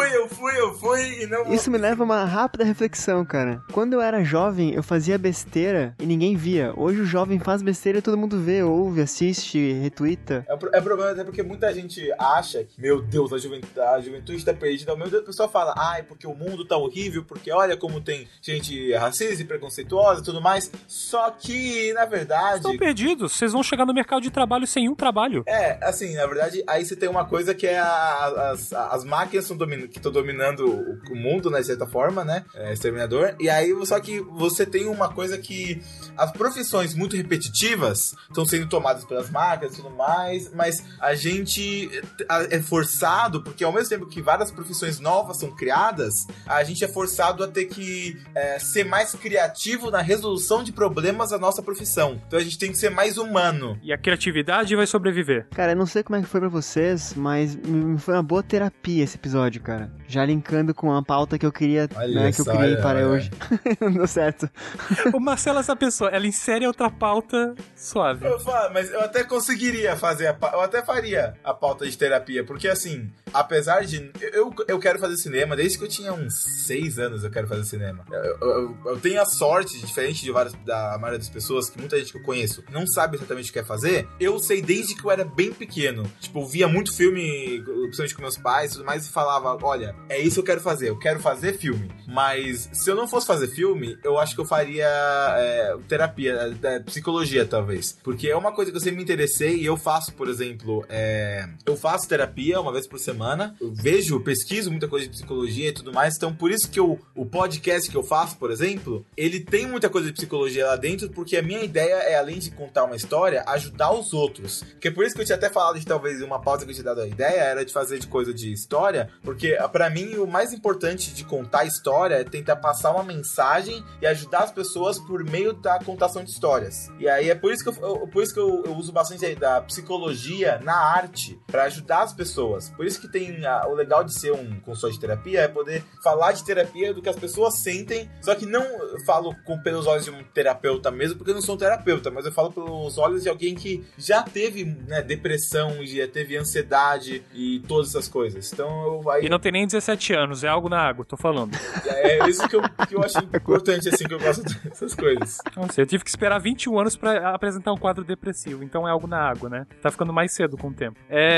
eu fui e não... Isso me leva a uma rápida reflexão, cara. Quando eu era jovem, eu fazia besteira e ninguém via. Hoje o jovem faz besteira e todo mundo vê, ouve, assiste, retuita. É problema até porque muita gente acha que, meu Deus, a juventude tá perdida. Meu Deus, a pessoa fala, ai, porque o mundo tá horrível, porque olha como tem gente racista e preconceituosa e tudo mais. Só que, na verdade... Estão perdidos, vocês vão chegar no mercado de trabalho sem um trabalho. Assim, na verdade, aí você tem uma coisa que é as máquinas que estão dominando o mundo, né, de certa forma, né, Exterminador, e aí só que você tem uma coisa que as profissões muito repetitivas estão sendo tomadas pelas máquinas e tudo mais, mas a gente é forçado, porque ao mesmo tempo que várias profissões novas são criadas, a gente é forçado a ter que ser mais criativo na resolução de problemas da nossa profissão. Então a gente tem que ser mais humano. E a criatividade vai sobreviver. Cara, eu não sei como é que foi pra vocês, mas foi uma boa terapia esse episódio, cara. Já linkando com a pauta que eu queria, que eu criei para hoje. Não deu certo. O Marcelo é essa pessoa, ela insere outra pauta suave. Mas eu até conseguiria fazer, eu até faria a pauta de terapia, porque assim, apesar de... Eu quero fazer cinema, desde que eu tinha uns 6 anos eu quero fazer cinema. Eu tenho a sorte, diferente da maioria das pessoas, que muita gente que eu conheço não sabe exatamente o que quer fazer. Eu sei desde que eu era bem pequeno. Tipo, eu via muito filme, principalmente com meus pais e tudo mais, e falava, olha, é isso que eu quero fazer filme. Mas se eu não fosse fazer filme, eu acho que eu faria terapia, psicologia, talvez. Porque é uma coisa que eu sempre me interessei e eu faço, por exemplo, eu faço terapia uma vez por semana, eu pesquiso muita coisa de psicologia e tudo mais, então por isso que o podcast que eu faço, por exemplo, ele tem muita coisa de psicologia lá dentro, porque a minha ideia é, além de contar uma história, ajudar os outros. Que é por isso que eu tinha até falado de talvez uma pausa que eu tinha dado a ideia, era de fazer de coisa de história, porque pra mim o mais importante de contar história é tentar passar uma mensagem e ajudar as pessoas por meio da contação de histórias. E aí é por isso que eu uso bastante da psicologia na arte, pra ajudar as pessoas. Por isso que tem o legal de ser um consultor de terapia, é poder falar de terapia do que as pessoas sentem, só que não falo pelos olhos de um terapeuta mesmo, porque eu não sou um terapeuta, mas eu falo pelos olhos de alguém que já teve, né, depressão, já teve ansiedade e todas essas coisas. Então E não tem nem 17 anos, é algo na água, tô falando. É isso que eu acho importante, assim, que eu gosto dessas coisas. Nossa, eu tive que esperar 21 anos pra apresentar um quadro depressivo, então é algo na água, né? Tá ficando mais cedo com o tempo.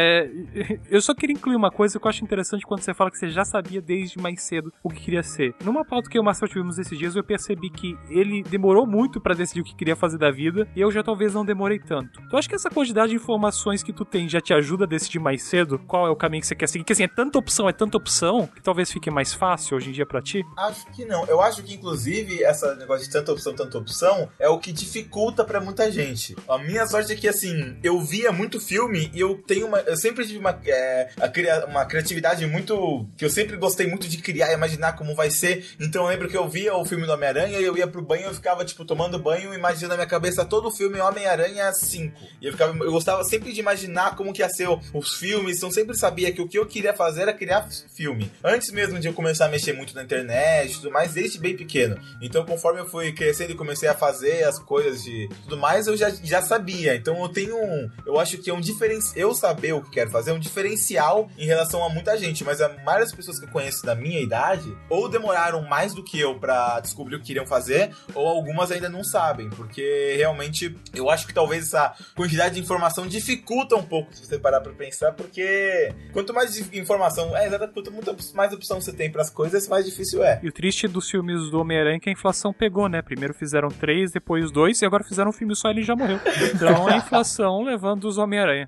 Eu só queria incluir uma coisa que eu acho interessante quando você fala que você já sabia desde mais cedo o que queria ser. Numa pauta que eu e o Marcelo tivemos esses dias, eu percebi que ele demorou muito pra decidir o que queria fazer da vida, e eu já talvez não demorei tanto. Tu acha que essa quantidade de informações que tu tem já te ajuda a decidir mais cedo qual é o caminho que você quer seguir? Porque assim, é tanta opção, que talvez fique mais fácil hoje em dia pra ti? Acho que não. Eu acho que, inclusive, esse negócio de tanta opção, é o que dificulta pra muita gente. A minha sorte é que, assim, eu via muito filme e eu sempre tive uma criatividade muito... que eu sempre gostei muito de criar e imaginar como vai ser. Então eu lembro que eu via o filme do Homem-Aranha e eu ia pro banho e eu ficava, tipo, tomando banho, imaginando na minha cabeça todo o filme Homem-Aranha 5. E eu gostava sempre de imaginar como que ia ser os filmes, então sempre sabia que o que eu queria fazer era criar filme. Antes mesmo de eu começar a mexer muito na internet e tudo mais, desde bem pequeno. Então, conforme eu fui crescendo e comecei a fazer as coisas de tudo mais, eu já sabia. Então, eu acho que é um diferencial. Eu saber o que quero fazer é um diferencial em relação a muita gente, mas a maioria das pessoas que eu conheço da minha idade, ou demoraram mais do que eu pra descobrir o que queriam fazer, ou algumas ainda não sabem, porque realmente eu acho que talvez essa quantidade de informação dificulta um pouco, se você parar pra pensar, porque quanto mais informação, quanto mais opção você tem pras coisas, mais difícil é. E o triste dos filmes do Homem-Aranha é que a inflação pegou, né? Primeiro fizeram 3, depois 2, e agora fizeram um filme só e ele já morreu. Então a inflação levando os Homem-Aranha.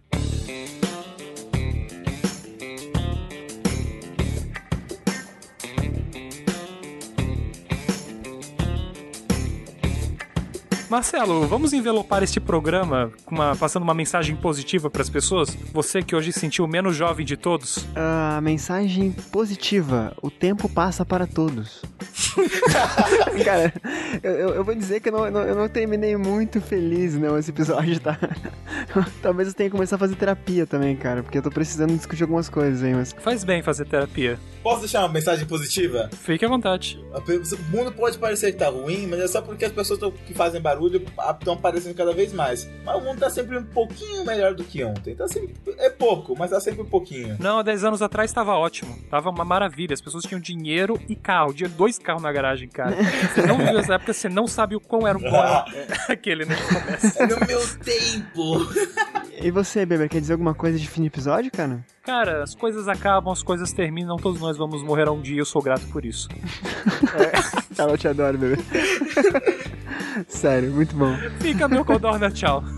Marcelo, vamos envelopar este programa passando uma mensagem positiva para as pessoas? Você que hoje se sentiu o menos jovem de todos. A mensagem positiva: o tempo passa para todos. Cara, eu vou dizer que eu não terminei muito feliz, não, esse episódio, tá? Talvez eu tenha que começar a fazer terapia também, cara, porque eu tô precisando discutir algumas coisas aí, mas... Faz bem fazer terapia. Posso deixar uma mensagem positiva? Fique à vontade. O mundo pode parecer que tá ruim, mas é só porque as pessoas que fazem barulho estão aparecendo cada vez mais. Mas o mundo tá sempre um pouquinho melhor do que ontem. Tá sempre, é pouco, mas tá sempre um pouquinho. Não, há 10 anos atrás tava ótimo. Tava uma maravilha. As pessoas tinham dinheiro e carro. Tinha 2 carros na garagem, cara. Você não viu essa época, você não sabe o quão era o qual. Aquele, né? Que começa. É no meu tempo. E você, Beber, quer dizer alguma coisa de fim de episódio, cara? Cara, as coisas acabam, as coisas terminam, todos nós vamos morrer um dia, eu sou grato por isso. Cara, eu te adoro, Beber. Sério, muito bom. Fica, meu codorna, tchau.